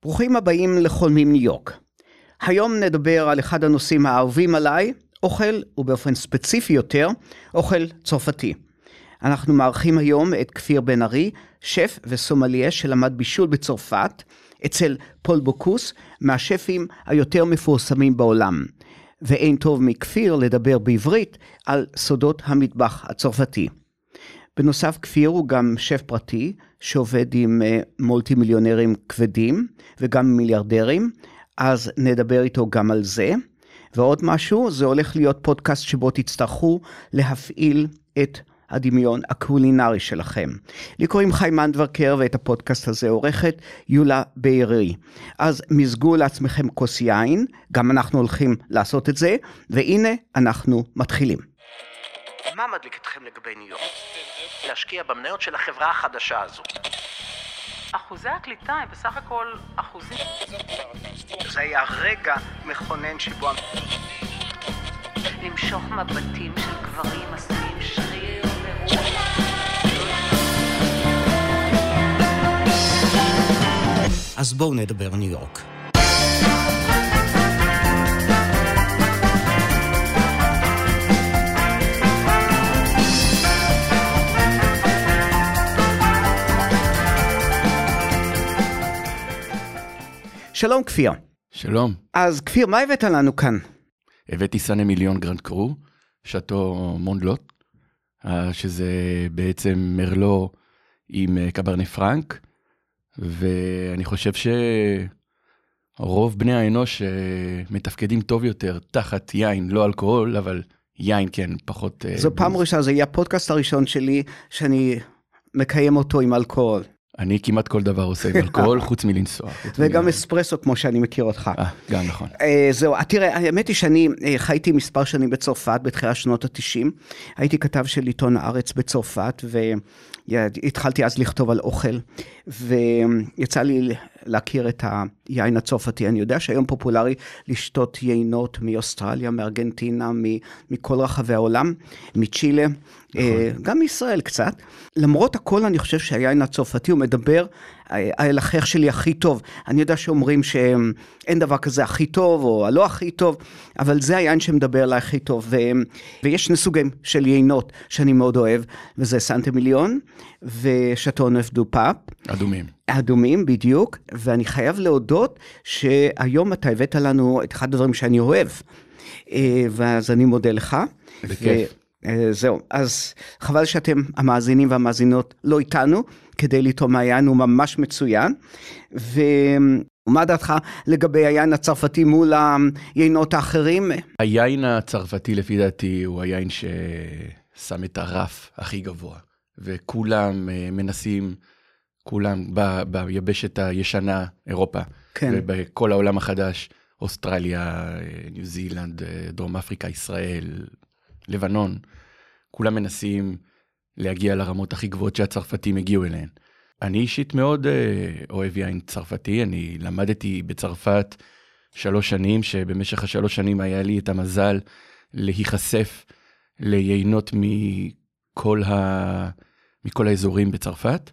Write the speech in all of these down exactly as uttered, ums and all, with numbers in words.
ברוכים הבאים לחולמים ניו יורק. היום נדבר על אחד הנושאים האהובים עליי, אוכל, ובאופן ספציפי יותר, אוכל צרפתי. אנחנו מארחים היום את כפיר בן ארי, שף וסומליה שלמד בישול בצרפת, אצל פול בוקוס, מהשפים היותר מפורסמים בעולם. ואין טוב מכפיר לדבר בעברית על סודות המטבח הצרפתי. בנוסף, כפיר הוא גם שף פרטי, שעובד עם מולטי מיליונרים כבדים, וגם מיליארדרים, אז נדבר איתו גם על זה. ועוד משהו, זה הולך להיות פודקאסט שבו תצטרכו להפעיל את הדמיון הקולינרי שלכם. לי קוראים חיים מנדברקר, ואת הפודקאסט הזה עורכת יולה בארי. אז מזגו לעצמכם כוס יין, גם אנחנו הולכים לעשות את זה, והנה אנחנו מתחילים. מה מדליק אתכם לגבי ניו יורק? להשקיע במניות של החברה החדשה הזו. אחוזי הקליטה הם בסך הכל אחוזים. זה היה רגע מכונן שבו למשוך מבטים של גברים עשויים שריר ורוח. אז בואו נדבר ניו יורק. שלום כפיר. שלום. אז כפיר, מה הבאת לנו כאן? הבאתי סאנה מיליון גרנד קרו, שטו מונדלוט, שזה בעצם מרלו עם קברני פרנק, ואני חושב שרוב בני האנוש מתפקדים טוב יותר תחת יין, לא אלכוהול, אבל יין כן, פחות... זו פעם ראשונה, זה יהיה הפודקאסט הראשון שלי, שאני מקיים אותו עם אלכוהול. אני כמעט כל דבר עושה עם אלכוהול, חוץ מלנסוע. וגם אספרסו, כמו שאני מכיר אותך. אה, גם נכון. זהו, תראה, האמת היא שאני חייתי מספר שנים בצרפת, בתחילת שנות ה-תשעים. הייתי כתב של עיתון הארץ בצרפת, והתחלתי אז לכתוב על אוכל, ויצא לי להכיר את היין הצרפתי. אני יודע שהיום פופולרי לשתות יינות מאוסטרליה, מארגנטינה, מכל רחבי העולם, מצ'ילה, גם מישראל קצת. למרות הכל אני חושב שהיין הצרפתי הוא מדבר על החייך שלי הכי טוב. אני יודע שאומרים שאין דבר כזה הכי טוב או הלא הכי טוב, אבל זה היין שמדבר עליי הכי טוב. ו... ויש שני סוגים של יינות שאני מאוד אוהב, וזה סנטה מיליון ושטו נף דו פאפ. אדומים. אדומים, בדיוק. ואני חייב להודות שהיום אתה הבאת לנו את אחד הדברים שאני אוהב. ואז אני מודה לך. בכיף. זהו, אז חבל שאתם המאזינים והמאזינות לא איתנו, כדי לטעום היין הוא ממש מצוין, ומה דעתך לגבי היין הצרפתי מול היינות האחרים? היין הצרפתי לפי דעתי הוא היין ששם את הרף הכי גבוה, וכולם מנסים, כולם ב, ביבשת הישנה, אירופה, כן. ובכל העולם החדש, אוסטרליה, ניו זילנד, דרום אפריקה, ישראל, לבנון, כולם מנסים להגיע לרמות הכי גבוהות שהצרפתים הגיעו אליהן. אני אישית מאוד אוהב יין צרפתי, אני למדתי בצרפת שלוש שנים, שבמשך השלוש שנים היה לי את המזל להיחשף ליינות מכל, ה... מכל האזורים בצרפת,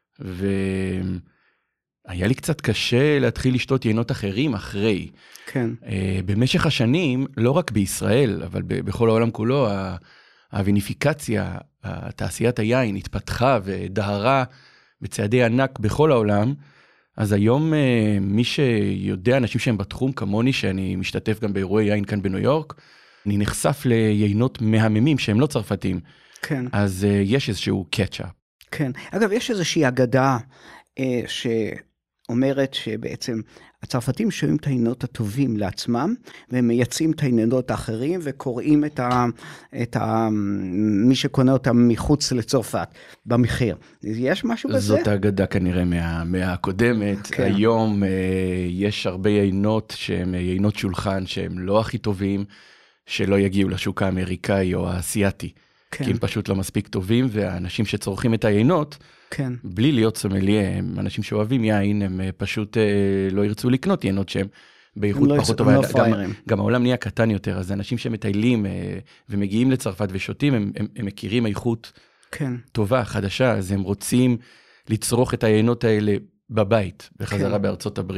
והיה לי קצת קשה להתחיל לשתות יינות אחרים אחרי. כן. במשך השנים, לא רק בישראל, אבל בכל העולם כולו, הוויניפיקציה, תעשיית היין התפתחה ודהרה בצעדי ענק בכל העולם, אז היום מי שיודע, אנשים שהם בתחום כמוני, שאני משתתף גם באירועי יין כאן בניו יורק, אני נחשף ליינות מהממים שהם לא צרפתים, כן. אז יש איזשהו קאצ'אפ. כן, אגב יש איזושהי אגדה ש... אומרת שבעצם הצרפתים שומעים את היינות הטובים לעצמם, והם מייצאים את היינות האחרים, וקוראים את, ה, את ה, מי שקונה אותם מחוץ לצרפת, במחיר. יש משהו בזה? זאת האגדה כנראה מהמאה הקודמת. כן. היום אה, יש הרבה יינות שהם יינות שולחן, שהם לא הכי טובים, שלא יגיעו לשוק האמריקאי או האסייתי. כן. כי הם פשוט לא מספיק טובים, והאנשים שצורכים את היינות, כן. בלי להיות סומליה, הם אנשים שאוהבים יין, הם פשוט אה, לא ירצו לקנות יינות שהם באיכות לא פחות טובה. לא גם, גם העולם נהיה קטן יותר, אז אנשים שמטיילים אה, ומגיעים לצרפת ושותים, הם, הם, הם מכירים איכות כן. טובה, חדשה, אז הם רוצים לצרוך את היינות האלה בבית, בחזרה כן. בארצות הברית.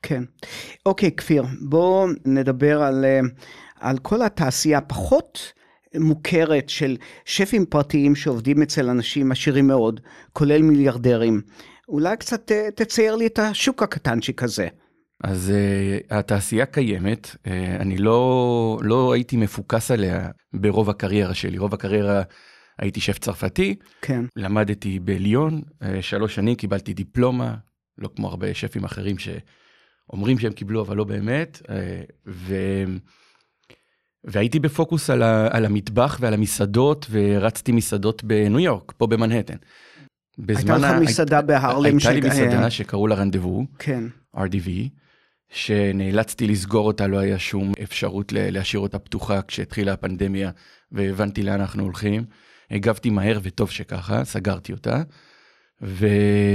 כן. אוקיי, כפיר, בואו נדבר על, על כל התעשייה פחות מוכרת של שפים פרטיים שעובדים אצל אנשים עשירים מאוד, כולל מיליארדרים. אולי קצת תצייר לי את השוק הקטנצ'יק הזה. אז uh, התעשייה קיימת, uh, אני לא, לא הייתי מפוקס עליה ברוב הקריירה שלי, רוב הקריירה הייתי שף צרפתי, כן. למדתי בליון, uh, שלוש שנים קיבלתי דיפלומה, לא כמו הרבה שפים אחרים שאומרים שהם קיבלו, אבל לא באמת, uh, ו... והייתי בפוקוס על, ה, על המטבח ועל המסעדות, ורצתי מסעדות בניו יורק, פה במנהטן. הייתה לך מסעדה הי... בהרלם. הייתה לי מסעדה שקראו לה רנדבו, כן. אר די וי, שנאלצתי לסגור אותה, לא היה שום אפשרות להשאיר אותה פתוחה כשהתחילה הפנדמיה, והבנתי לאן אנחנו הולכים. הגבתי מהר וטוב שככה, סגרתי אותה, ו...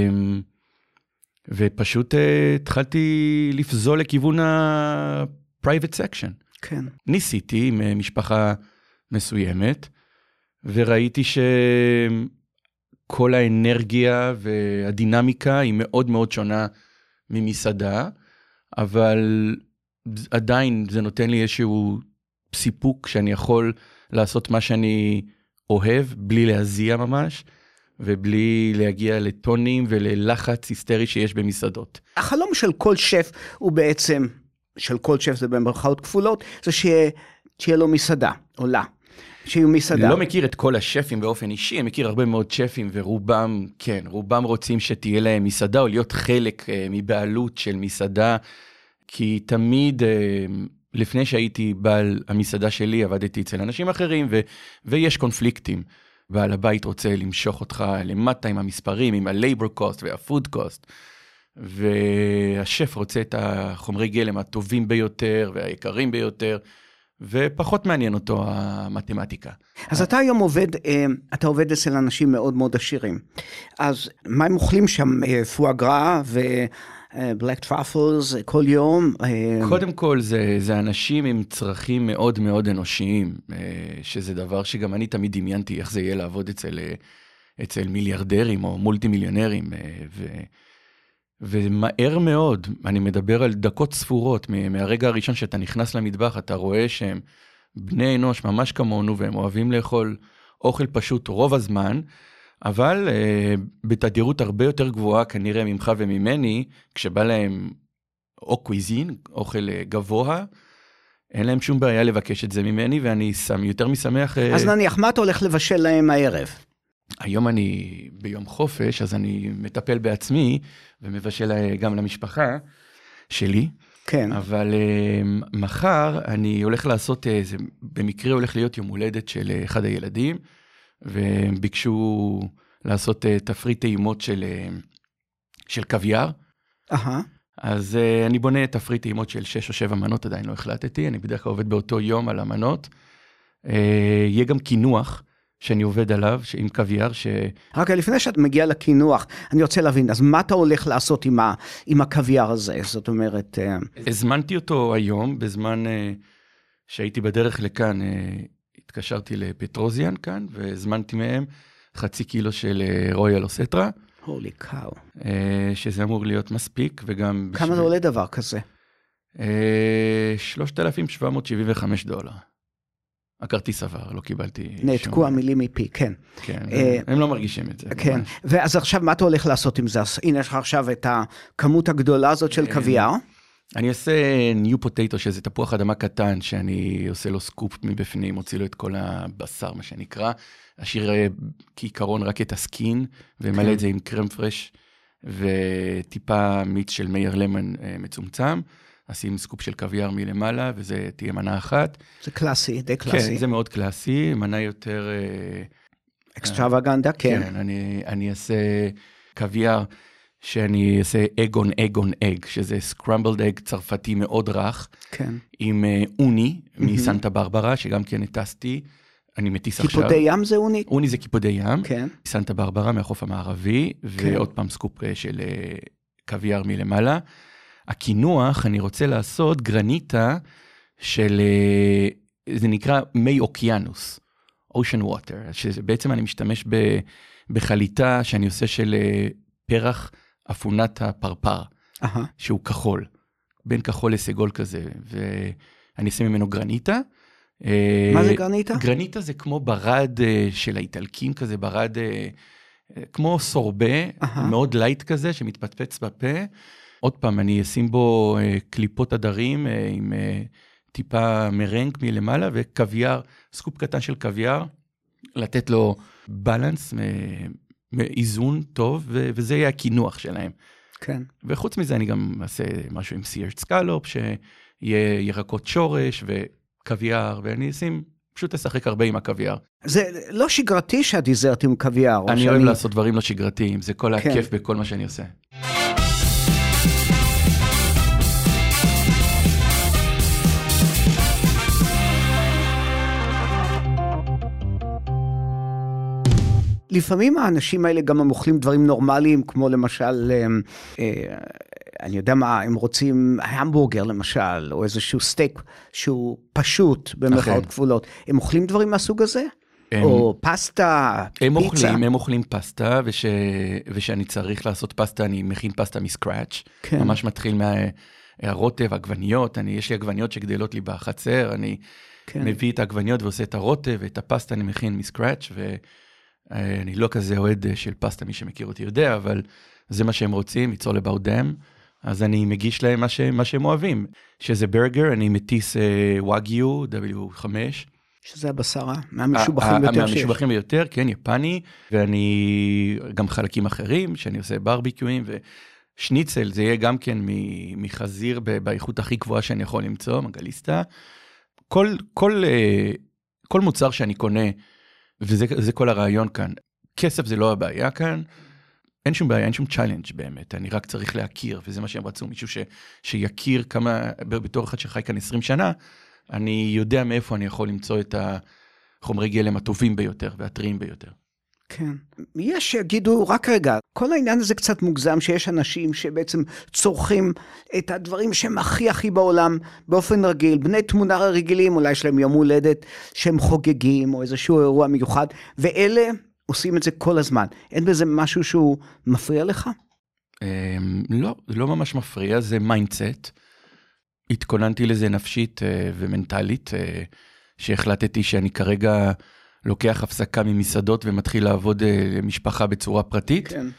ופשוט התחלתי לפזול לכיוון ה-private section. כן. ניסיתי עם משפחה מסוימת, וראיתי שכל האנרגיה והדינמיקה היא מאוד מאוד שונה ממסעדה, אבל עדיין זה נותן לי איזשהו סיפוק שאני יכול לעשות מה שאני אוהב, בלי להזיע ממש, ובלי להגיע לטונים וללחץ היסטרי שיש במסעדות. החלום של כל שף הוא בעצם, של כל שף זה במרכאות כפולות, זה שיהיה לו מסעדה, או לה. שיהיו מסעדה. לא מכיר את כל השפים באופן אישי, אני מכיר הרבה מאוד שפים, ורובם, כן, רובם רוצים שתהיה להם מסעדה, או להיות חלק uh, מבעלות של מסעדה, כי תמיד, uh, לפני שהייתי בעל המסעדה שלי, עבדתי אצל אנשים אחרים, ו- ויש קונפליקטים. בעל הבית רוצה למשוך אותך למטה עם המספרים, עם ה-labor cost וה-food cost, והשף רוצה את החומרי גלם הטובים ביותר, והיקרים ביותר, ופחות מעניין אותו המתמטיקה. אז אתה היום עובד, אתה עובד אצל אנשים מאוד מאוד עשירים. אז מה הם אוכלים שם? פואגרה ובלק טראפלס כל יום? קודם כל זה, זה אנשים עם צרכים מאוד מאוד אנושיים, שזה דבר שגם אני תמיד דמיינתי איך זה יהיה לעבוד אצל, אצל מיליארדרים או מולטי מיליונרים, ו... ומהר מאוד, אני מדבר על דקות ספורות, מהרגע הראשון שאתה נכנס למטבח, אתה רואה שהם בני אנוש ממש כמונו, והם אוהבים לאכול אוכל פשוט רוב הזמן, אבל אה, בתדירות הרבה יותר גבוהה, כנראה ממך וממני, כשבא להם או קוויזין, אוכל גבוה, אין להם שום בעיה לבקש את זה ממני, ואני שם, יותר משמח... אז אה... נניח, מה אתה הולך לבשל להם הערב? היום אני ביום חופש, אז אני מטפל בעצמי, ומבשל גם למשפחה שלי. כן. אבל uh, מחר אני הולך לעשות, uh, זה במקרה הולך להיות יום הולדת של uh, אחד הילדים, והם ביקשו לעשות uh, תפריט טעימות של, uh, של קוויאר. אהה. אז uh, אני בונה תפריט טעימות של שש או שבע מנות, עדיין לא החלטתי, אני בדרך כלל עובד באותו יום על המנות. Uh, יהיה גם כינוח, שאני עובד עליו, עם קוויאר, ש... רק לפני שאת מגיע לכינוח, אני רוצה להבין, אז מה אתה הולך לעשות עם, ה... עם הקוויאר הזה? זאת אומרת... הזמנתי אותו היום, בזמן שהייתי בדרך לכאן, התקשרתי לפטרוזיאן כאן, והזמנתי מהם חצי קילו של רויאל אוסטרה. הולי קאו. שזה אמור להיות מספיק, וגם... כמה זה עולה דבר כזה? שלושת אלפים שבע מאות שבעים וחמישה דולר. הכרטיס עבר, לא קיבלתי... נעתקו המילים מפי, כן. כן, הם לא מרגישים את זה. כן, ואז עכשיו מה אתה הולך לעשות עם זה? הנה יש לך עכשיו את הכמות הגדולה הזאת של קוויאר. אני עושה ניו פוטטו, שזה תפוח אדמה קטן, שאני עושה לו סקופ מבפנים, מוציא לו את כל הבשר, מה שנקרא, אשאיר כעיקרון רק את הסקין, ומלא את זה עם קרם פרש, וטיפה מיץ של מאיר למן מצומצם, אשים סקופ של קוויאר מלמעלה, וזה תהיה מנה אחת. זה קלאסי, די קלאסי. כן, זה מאוד קלאסי, מנה יותר... אקסטרווגנדה, כן. כן, אני, אני אעשה קוויאר, שאני אעשה אגון, אגון, אג, שזה סקרמבלד אג צרפתי מאוד רך, כן. עם אוני, מסנטה ברברה, שגם כן הטסתי, אני מטיס עכשיו. קיפודי ים זה אוני? אוני זה קיפודי ים, כן. סנטה ברברה מהחוף המערבי, כן. ועוד פעם סקופ של קוויאר מלמעלה. הכינוח, אני רוצה לעשות גרניטה של, זה נקרא מי אוקיינוס, ocean water, שבעצם אני משתמש ב, בחליטה שאני עושה של פרח אפונת הפרפר, uh-huh. שהוא כחול. בין כחול לסגול כזה, ואני אשים ממנו גרניטה. מה זה גרניטה? גרניטה זה כמו ברד של האיטלקים כזה, ברד כמו סורבה, מאוד לייט כזה, שמתפצפץ בפה. עוד פעם, אני אשים בו קליפות עדרים עם טיפה מרנק מלמעלה, וקוויאר, סקופ קטן של קוויאר, לתת לו בלנס, איזון טוב, וזה יהיה הכינוח שלהם. כן. וחוץ מזה אני גם אעשה משהו עם סיירד סקלופ, שיהיה ירקות שורש וקוויאר, ואני אשים, פשוט אשחק הרבה עם הקוויאר. זה לא שגרתי שהדיזרט עם קוויאר. אני שאני... אוהב לעשות דברים לא שגרתיים, זה כל כן. הכיף בכל מה שאני עושה. לפעמים האנשים האלה גם הם אוכלים דברים נורמליים, כמו למשל, אני יודע מה, הם רוצים המבורגר למשל, או איזשהו סטייק שהוא פשוט במרכאות כפולות. הם אוכלים דברים מהסוג הזה? או פסטה, פיצה? הם אוכלים פסטה, ושאני צריך לעשות פסטה, אני מכין פסטה מסקראץ', ממש מתחיל מהרוטב, עגבניות, יש לי עגבניות שגדלות לי בחצר, אני מביא את העגבניות ועושה את הרוטב, ואת הפסטה אני מכין מסקראץ', ו... אני לא כזה אוהד של פסטה, מי שמכיר אותי יודע, אבל זה מה שהם רוצים, it's all about them, אז אני מגיש להם מה, ש, מה שהם אוהבים, שזה ברגר, אני מטיס וואגיו, דאבליו חמש. שזה הבשרה, מהמשובחים ביותר שיש. מהמשובחים ביותר, כן, יפני, ואני גם חלקים אחרים, שאני עושה ברביקיואים, ושניצל, זה יהיה גם כן מחזיר באיכות הכי גבוהה שאני יכול למצוא, מגליסטה. כל, כל, כל מוצר שאני קונה, וזה זה כל הרעיון כאן. כסף זה לא הבעיה כאן, אין שום בעיה, אין שום צ'אלנג' באמת, אני רק צריך להכיר, וזה מה שהם רצו, מישהו ש, שיכיר כמה, בתור אחד שחי כאן עשרים שנה, אני יודע מאיפה אני יכול למצוא את החומרי גלם הטובים ביותר, והטריים ביותר. כן. יש שיגידו, רק רגע, כל העניין הזה קצת מוגזם, שיש אנשים שבעצם צורכים את הדברים שהם הכי הכי בעולם, באופן רגיל, בני תמונה רגילים, אולי יש להם יום הולדת, שהם חוגגים, או איזשהו אירוע מיוחד, ואלה עושים את זה כל הזמן. אין בזה משהו שהוא מפריע לך? לא, זה לא ממש מפריע, זה מיינדסט. התכוננתי לזה נפשית ומנטלית, שהחלטתי שאני כרגע לוקח הפסקה ממסעדות ומתחיל לעבוד למשפחה בצורה פרטית. כן.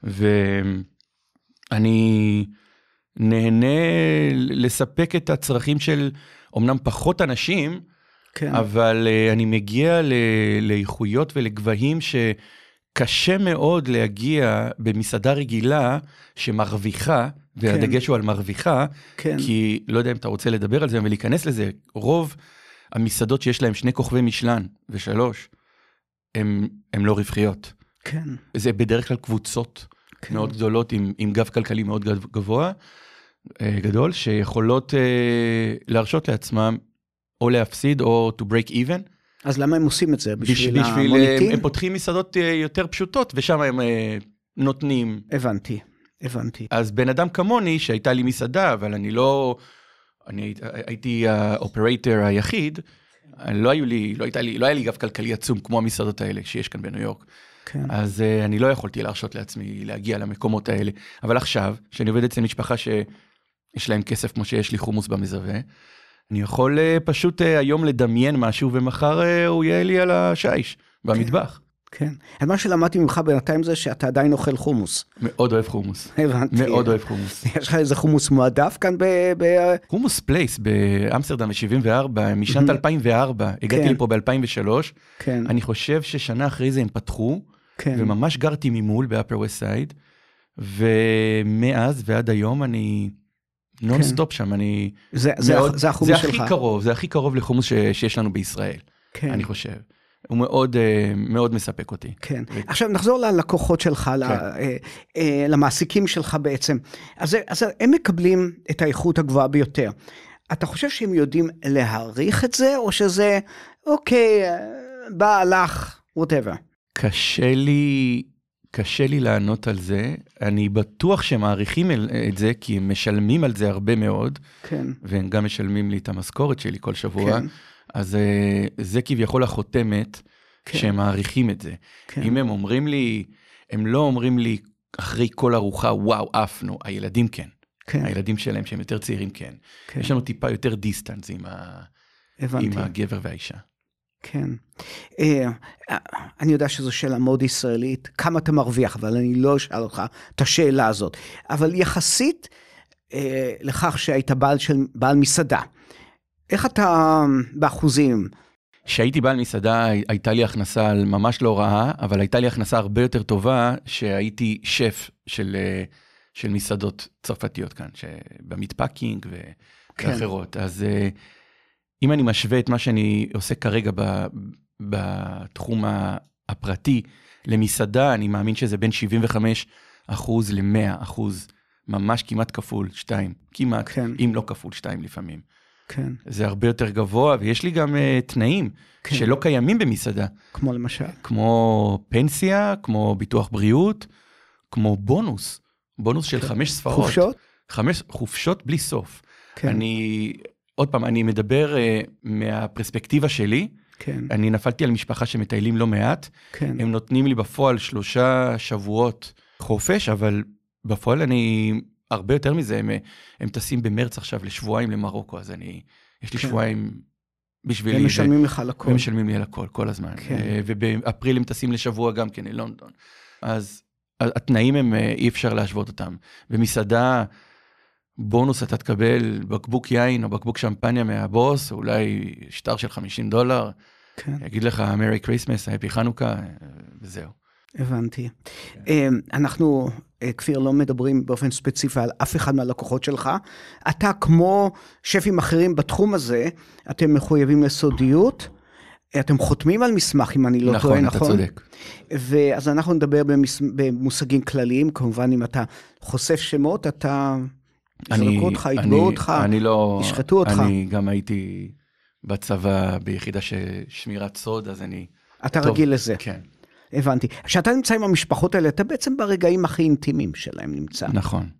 ואני נהנה לספק את הצרכים של אומנם פחות אנשים, כן. אבל אני מגיע לאיכויות ולגבהים שקשה מאוד להגיע במסעדה רגילה שמרוויחה, והדגש הוא על מרוויחה, כן. כי לא יודע אם אתה רוצה לדבר על זה, אבל להיכנס לזה, רוב המסעדות שיש להם שני כוכבי משלן ושלוש, הם, הם לא רווחיות. כן. זה בדרך כלל קבוצות כן. מאוד גדולות, עם, עם גב כלכלי מאוד גבוה, גדול, שיכולות להרשות לעצמם, או להפסיד, או to break even. אז למה הם עושים את זה? בשביל, בשביל המוניטין? הם, הם פותחים מסעדות יותר פשוטות, ושם הם נותנים. הבנתי, הבנתי. אז בן אדם כמוני, שהייתה לי מסעדה, אבל אני לא... אני הייתי האופרייטר היחיד, לא היו לי, לא הייתה לי, לא היה לי גב כלכלי עצום כמו המסעדות האלה שיש כאן בניו יורק. כן. אז uh, אני לא יכולתי להרשות לעצמי להגיע למקומות האלה. אבל עכשיו, שאני עובד אצל משפחה שיש להם כסף כמו שיש לי חומוס במזווה, אני יכול uh, פשוט uh, היום לדמיין משהו, ומחר uh, הוא יהיה לי על השיש, במטבח. כן. אז מה שלמדתי ממך בינתיים זה שאתה עדיין אוכל חומוס. מאוד אוהב חומוס. הבנתי. מאוד אוהב חומוס. יש לך איזה חומוס מועדף כאן ב... חומוס פלייס באמסטרדם ב-שבעים וארבע, משנת אלפיים וארבע, הגעתי לפה ב-אלפיים ושלוש. כן. אני חושב ששנה אחרי זה הם פתחו, וממש גרתי ממול באפר ווסט סייד, ומאז ועד היום אני נונסטופ שם, אני... זה החומוס שלך. זה הכי קרוב, זה הכי קרוב לחומוס שיש לנו בישראל, אני חושב. הוא מאוד, מאוד מספק אותי. כן. עכשיו נחזור ללקוחות שלך, למעסיקים שלך בעצם. אז, אז הם מקבלים את האיכות הגבוהה ביותר. אתה חושב שהם יודעים להעריך את זה, או שזה, אוקיי, בא, הלך, whatever? קשה לי, קשה לי לענות על זה. אני בטוח שהם מעריכים את זה, כי הם משלמים על זה הרבה מאוד. כן. והם גם משלמים לי את המשכורת שלי כל שבוע. כן. אז זה כביכול החותמת כן. שהם מעריכים את זה. כן. אם הם אומרים לי, הם לא אומרים לי אחרי כל ארוחה, וואו, אפנו, הילדים כן. כן. הילדים שלהם שהם יותר צעירים, כן. כן. יש לנו טיפה יותר דיסטנס עם, ה... עם הגבר והאישה. כן. אני יודע שזו שאלה מאוד ישראלית, כמה אתה מרוויח, אבל אני לא אשאל אותך את השאלה הזאת. אבל יחסית לכך שהיית בעל, של... בעל מסעדה, איך אתה באחוזים? כשהייתי בעל מסעדה, הייתה לי הכנסה ממש לא רעה, אבל הייתה לי הכנסה הרבה יותר טובה, שהייתי שף של, של מסעדות צרפתיות כאן, במטפאקינג ו... כן. ואחרות. אז אם אני משווה את מה שאני עושה כרגע ב... בתחום הפרטי למסעדה, אני מאמין שזה בין שבעים וחמישה אחוז ל-מאה אחוז, ממש כמעט כפול שתיים, כמעט, כן. אם לא כפול שתיים לפעמים. כן. זה הרבה יותר גבוה, ויש לי גם uh, תנאים כן. שלא קיימים במסעדה. כמו למשל? כמו פנסיה, כמו ביטוח בריאות, כמו בונוס, בונוס של חמש ספרות. חופשות? חמש חופשות בלי סוף. כן. אני, עוד פעם, אני מדבר uh, מהפרספקטיבה שלי, כן. אני נפלתי על משפחה שמטיילים לא מעט, כן. הם נותנים לי בפועל שלושה שבועות חופש, אבל בפועל אני... הרבה יותר מזה, הם, הם טסים במרץ עכשיו לשבועיים למרוקו, אז אני, יש לי כן. שבועיים בשבילי. הם משלמים לך על הכל. הם משלמים לי על הכל, כל הזמן. כן. ובאפריל הם טסים לשבוע גם כן ללונדון. אז התנאים הם, אי אפשר להשוות אותם. במסעדה, בונוס אתה תקבל בקבוק יין או בקבוק שמפניה מהבוס, אולי שטר של חמישים דולר. כן. יגיד לך, מרי קריסמס, הפי חנוכה, וזהו. הבנתי. אנחנו, כפיר, לא מדברים באופן ספציפי על אף אחד מהלקוחות שלך. אתה, כמו שפים אחרים בתחום הזה, אתם מחויבים לסודיות, אתם חותמים על מסמך, אם אני לא טועה, נכון? נכון, אתה צודק. ואז אנחנו נדבר במושגים כלליים, כמובן, אם אתה חושף שמות, אתה יזרקו אותך, יתבעו אותך, ישחטו אותך. אני גם הייתי בצבא ביחידה של שמירת סוד, אז אני... אתה רגיל לזה. כן. הבנתי. כשאתה נמצא עם המשפחות האלה, אתה בעצם ברגעים הכי אינטימיים שלהם נמצא. נכון.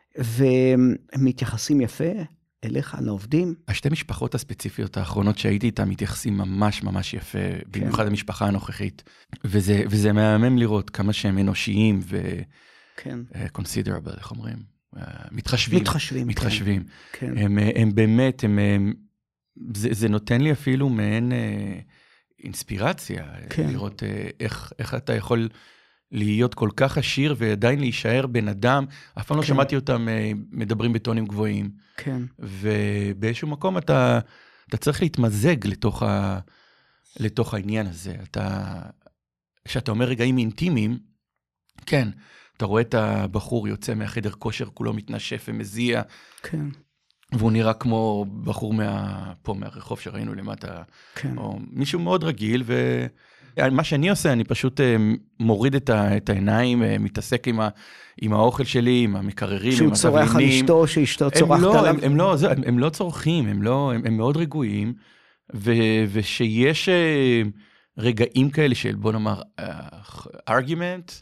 והם מתייחסים יפה אליך, לעובדים. השתי משפחות הספציפיות האחרונות שהייתי איתם, מתייחסים ממש ממש יפה, כן. במיוחד המשפחה הנוכחית. וזה, וזה מהמם לראות כמה שהם אנושיים ו... כן. considerable, איך אומרים? מתחשבים. מתחשבים. מתחשבים. כן. הם, הם באמת, הם, הם, זה, זה נותן לי אפילו מעין... אינספירציה, כן. לראות איך, איך אתה יכול להיות כל כך עשיר ועדיין להישאר בן אדם, אף פעם כן. לא שמעתי אותם מדברים בטונים גבוהים. כן. ובאיזשהו מקום אתה, אתה צריך להתמזג לתוך, ה, לתוך העניין הזה. אתה, כשאתה אומר רגעים אינטימיים, כן, אתה רואה את הבחור יוצא מהחדר כושר, כולו מתנשף ומזיע. כן. והוא נראה כמו בחור מה... פה מהרחוב שראינו למטה, כן. או מישהו מאוד רגיל, ומה שאני עושה, אני פשוט מוריד את, ה... את העיניים, מתעסק עם, ה... עם האוכל שלי, עם המקררים, עם התבלינים. שהוא צורח על אשתו, שאשתו צורחת לא, עליו. הם, הם, לא, הם, הם לא צורכים, הם, לא, הם, הם מאוד רגועים, ו... ושיש רגעים כאלה של, בוא נאמר, argument,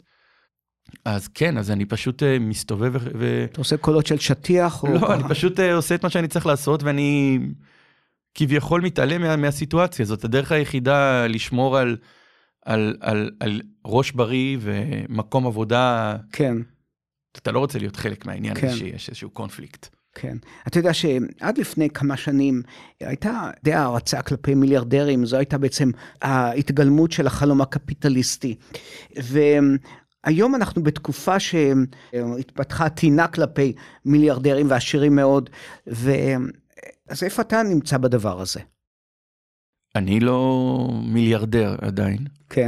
אז כן, אז אני פשוט uh, מסתובב ו... אתה עושה קולות של שטיח? לא, או... אני פשוט uh, עושה את מה שאני צריך לעשות, ואני כביכול מתעלם מה, מהסיטואציה. זאת הדרך היחידה לשמור על, על, על, על ראש בריא ומקום עבודה. כן. אתה לא רוצה להיות חלק מהעניין כן. הזה שיש איזשהו קונפליקט. כן. אתה יודע שעד לפני כמה שנים הייתה די הערצה כלפי מיליארדרים, זו הייתה בעצם ההתגלמות של החלום הקפיטליסטי. ו... היום אנחנו בתקופה שהתפתחה טינה כלפי מיליארדרים ועשירים מאוד, ו... אז איפה אתה נמצא בדבר הזה? אני לא מיליארדר עדיין. כן.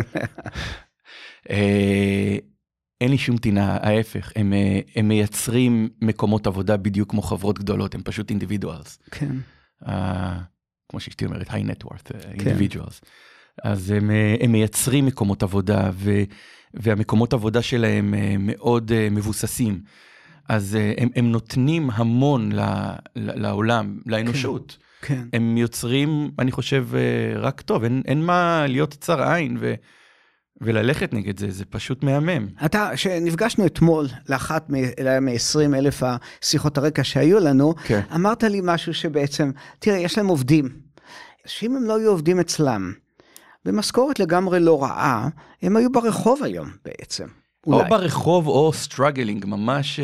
אין לי שום טינה, ההפך, הם, הם מייצרים מקומות עבודה בדיוק כמו חברות גדולות, הם פשוט אינדיבידואלס. כן. Uh, כמו שאשתי אומרת, high net worth, אינדיבידואלס. כן. אז הם, הם מייצרים מקומות עבודה, ו... והמקומות עבודה שלהם מאוד מבוססים. אז הם, הם נותנים המון ל, ל, לעולם, לאנושות. כן, כן. הם יוצרים, אני חושב, רק טוב. אין, אין מה להיות צר עין ו, וללכת נגד זה, זה פשוט מהמם. אתה, שנפגשנו אתמול לאחת מ-עשרים אלף השיחות הרקע שהיו לנו, כן. אמרת לי משהו שבעצם, תראה, יש להם עובדים. שאם הם לא היו עובדים אצלם, במשכורת לגמרי לא רעה, הם היו ברחוב היום בעצם. אולי. או ברחוב או סטרגלינג, ממש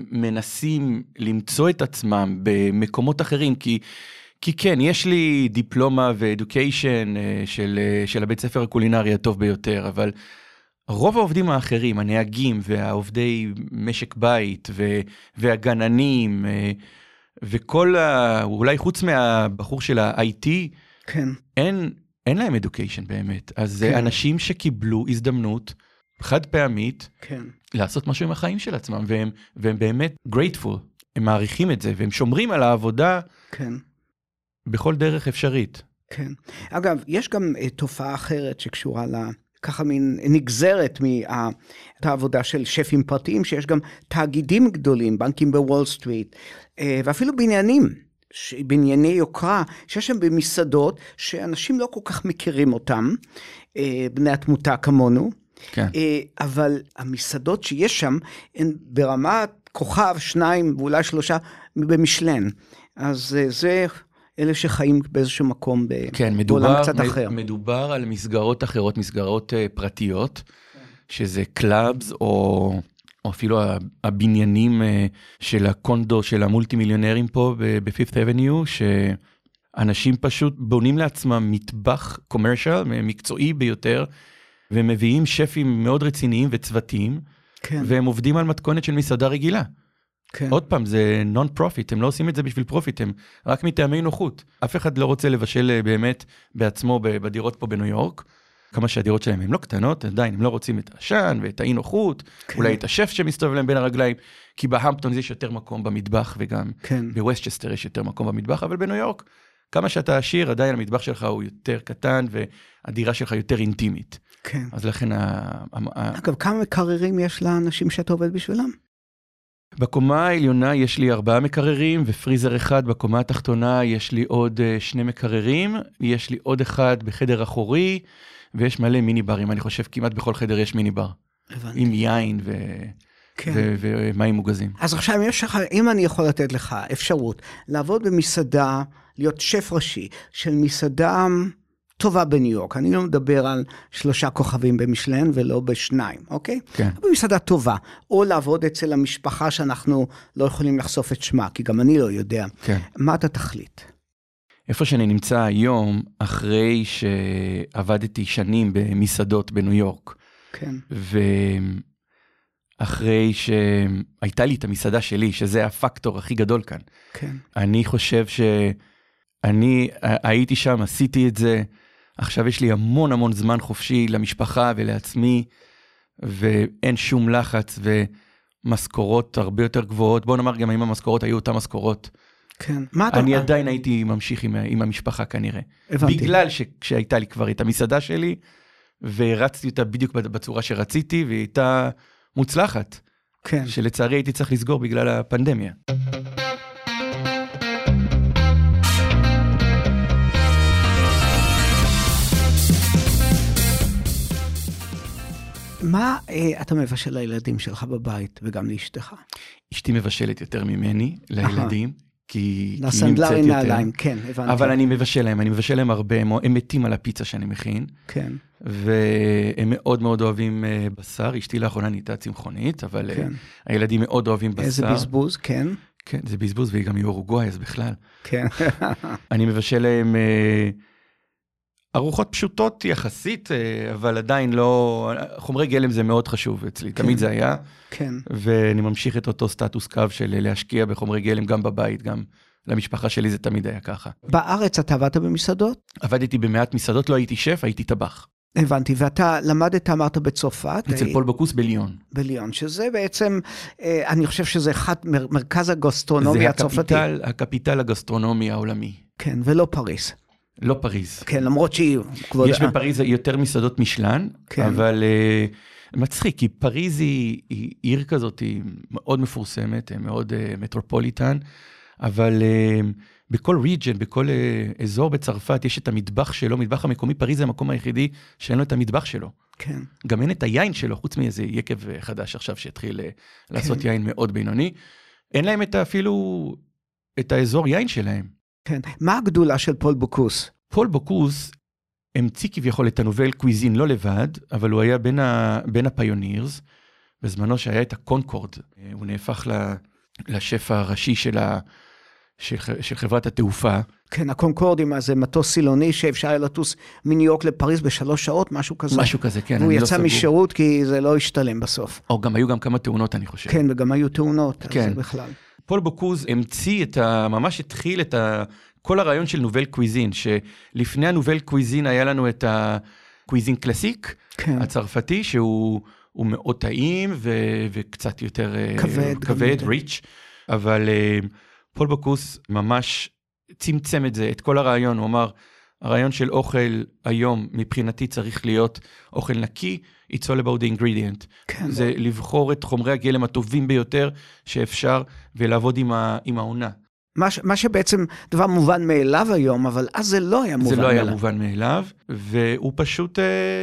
מנסים למצוא את עצמם במקומות אחרים, כי, כי כן, יש לי דיפלומה ואדוקיישן של, של הבית ספר הקולינרי הטוב ביותר, אבל רוב העובדים האחרים, הנהגים והעובדי משק בית ו, והגננים, וכל, ה, אולי חוץ מהבחור של ה-איי טי, כן. אין, אין להם אדוקיישן באמת. אז כן. זה אנשים שקיבלו הזדמנות חד פעמית, כן. לעשות משהו עם החיים של עצמם, והם, והם באמת grateful, הם מעריכים את זה, והם שומרים על העבודה, כן. בכל דרך אפשרית. כן. אגב, יש גם uh, תופעה אחרת שקשורה ל... ככה מין נגזרת מהעבודה של שפים פרטיים, שיש גם תאגידים גדולים, בנקים בוול סטריט, uh, ואפילו בניינים, ש... בנייני יוקרה, שיש שם במסעדות, שאנשים לא כל כך מכירים אותם, uh, בני התמותה כמונו, כן. אבל המסעדות שיש שם, הן ברמת כוכב, שניים ואולי שלושה במשלן. אז זה אלה שחיים באיזשהו מקום כן, בעולם קצת אחר. מדובר על מסגרות אחרות, מסגרות פרטיות, שזה קלאבס או, או אפילו הבניינים של הקונדו של המולטי מיליונרים פה ב-Fifth Avenue, שאנשים פשוט בונים לעצמם מטבח קומרשל, מקצועי ביותר, והם מביאים שפים מאוד רציניים וצוותיים, כן. והם עובדים על מתכונת של מסעדה רגילה. כן. עוד פעם, זה נון פרופיט, הם לא עושים את זה בשביל פרופיט, הם רק מטעמי נוחות. אף אחד לא רוצה לבשל באמת בעצמו בדירות פה בניו יורק, כמה שהדירות שלהם הן לא קטנות, עדיין הם לא רוצים את השן ואת האי נוחות, כן. אולי את השף שמסתובב להם בין הרגליים, כי בהמפטון יש יותר מקום במטבח, וגם כן. בווסטצ'סטר יש יותר מקום במטבח, אבל בניו יורק, כמה שאתה עשיר, עדיין המטבח שלך הוא יותר קטן, והדירה שלך יותר אינטימית. כן. אז לכן ה... אגב, כמה מקררים יש לאנשים שאתה עובד בשבילם? בקומה העליונה יש לי ארבעה מקררים, ופריזר אחד. בקומה התחתונה יש לי עוד שני מקררים, יש לי עוד אחד בחדר אחורי, ויש מלא מיני ברים. אני חושב כמעט בכל חדר יש מיני בר. הבנתי. עם יין ו... כן. ו... ומים מוגזים. אז עכשיו, אם, לך, אם אני יכול לתת לך אפשרות לעבוד במסעדה, להיות שף ראשי של מסעדה טובה בניו יורק, אני לא מדבר על שלושה כוכבים במשלן ולא בשניים, אוקיי? כן. במסעדה טובה, או לעבוד אצל המשפחה שאנחנו לא יכולים לחשוף את שמה, כי גם אני לא יודע. כן. מה אתה תחליט? איפה שאני נמצא היום, אחרי שעבדתי שנים במסעדות בניו יורק, כן. ואחרי שהייתה לי את המסעדה שלי, שזה הפקטור הכי גדול כאן, כן. אני חושב שאני הייתי שם, עשיתי את זה, עכשיו יש לי המון המון זמן חופשי למשפחה ולעצמי, ואין שום לחץ, ומשכורות הרבה יותר גבוהות. בוא נאמר גם אם המשכורות היו אותן משכורות. כן. אני עדיין הייתי ממשיך עם, עם המשפחה כנראה. הבנתי. בגלל שכשהייתה לי כבר את המסעדה שלי, והרצתי אותה בדיוק בצורה שרציתי, והיא הייתה מוצלחת. כן. שלצערי הייתי צריך לסגור בגלל הפנדמיה. מה אה, אתה מבשל לילדים שלך בבית וגם לאשתך? אשתי מבשלת יותר ממני לילדים, כי לסנדלרי נעליים, כן, הבנתי. אבל אני מבשל להם, אני מבשל להם הרבה, הם מתים על הפיצה שאני מכין. כן. והם מאוד מאוד אוהבים בשר, אשתי לאחרונה נהייתה צמחונית, אבל כן. הילדים מאוד אוהבים בשר. איזה בזבוז, כן. כן, זה בזבוז, והיא גם מאורוגוואי, אז בכלל. כן. אני מבשל להם ארוחות פשוטות יחסית, אבל עדיין לא, חומרי גלם זה מאוד חשוב אצלי, כן. תמיד זה היה. כן. ואני ממשיך את אותו סטטוס קו של להשקיע בחומרי גלם גם בבית, גם למשפחה שלי זה תמיד היה ככה. בארץ אתה עבדת במסעדות? עבדתי במעט מסעדות, לא הייתי שף, הייתי טבח. הבנתי, ואתה למדת, אמרת בצרפת? אצל פול בוקוס בליון. בליון, שזה בעצם, אני חושב שזה אחד, מרכז הגסטרונומיה הצרפתי. זה הקפיטל, הקפיטל הגסטרונומי העולמי. כן, ולא פריז. לא פריז. כן, למרות שהיא... יש בפריז יותר מסעדות משלן, כן. אבל uh, מצחיק, כי פריז היא, היא עיר כזאת, היא מאוד מפורסמת, מאוד uh, מטרופוליטן, אבל uh, בכל ריג'ן, בכל uh, אזור בצרפת, יש את המטבח שלו, מטבח המקומי, פריז זה המקום היחידי שאין לו את המטבח שלו. כן. גם אין את היין שלו, חוץ מאיזה יקב חדש עכשיו שהתחיל uh, לעשות כן. יין מאוד בינוני, אין להם את אפילו את האזור יין שלהם. כן. מה הגדולה של פול בוקוס? פול בוקוס המציא כביכול את הנובל קוויזין לא לבד, אבל הוא היה בין, ה, בין הפיונירס, בזמנו שהיה את הקונקורד, הוא נהפך לשף הראשי של, ה, של, של חברת התעופה. כן, הקונקורדים, זה מטוס סילוני שאפשר היה לטוס מניו יורק לפריז בשלוש שעות, משהו כזה. משהו כזה, כן. הוא יצא לא משירות כי זה לא השתלם בסוף. או גם היו גם כמה תאונות, אני חושב. כן, וגם היו תאונות, כן. אז בכלל. פול בוקוז המציא את ה... ממש התחיל את ה... כל הרעיון של נובל קוויזין, שלפני הנובל קוויזין היה לנו את הקוויזין קלאסיק, כן. הצרפתי, שהוא מאוד טעים ו... וקצת יותר... כבד. כבד, ריץ', אבל פול בוקוז ממש צמצם את זה, את כל הרעיון, הוא אמר, הרעיון של אוכל היום מבחינתי צריך להיות אוכל נקי, it's all about the ingredient. כן, זה בוא. לבחור את חומרי הגלם הטובים ביותר שאפשר, ולעבוד עם, ה... עם העונה. מה, ש... מה שבעצם דבר מובן מאליו היום, אבל אז זה לא היה מובן מאליו. זה לא היה מובן מאליו, והוא פשוט אה,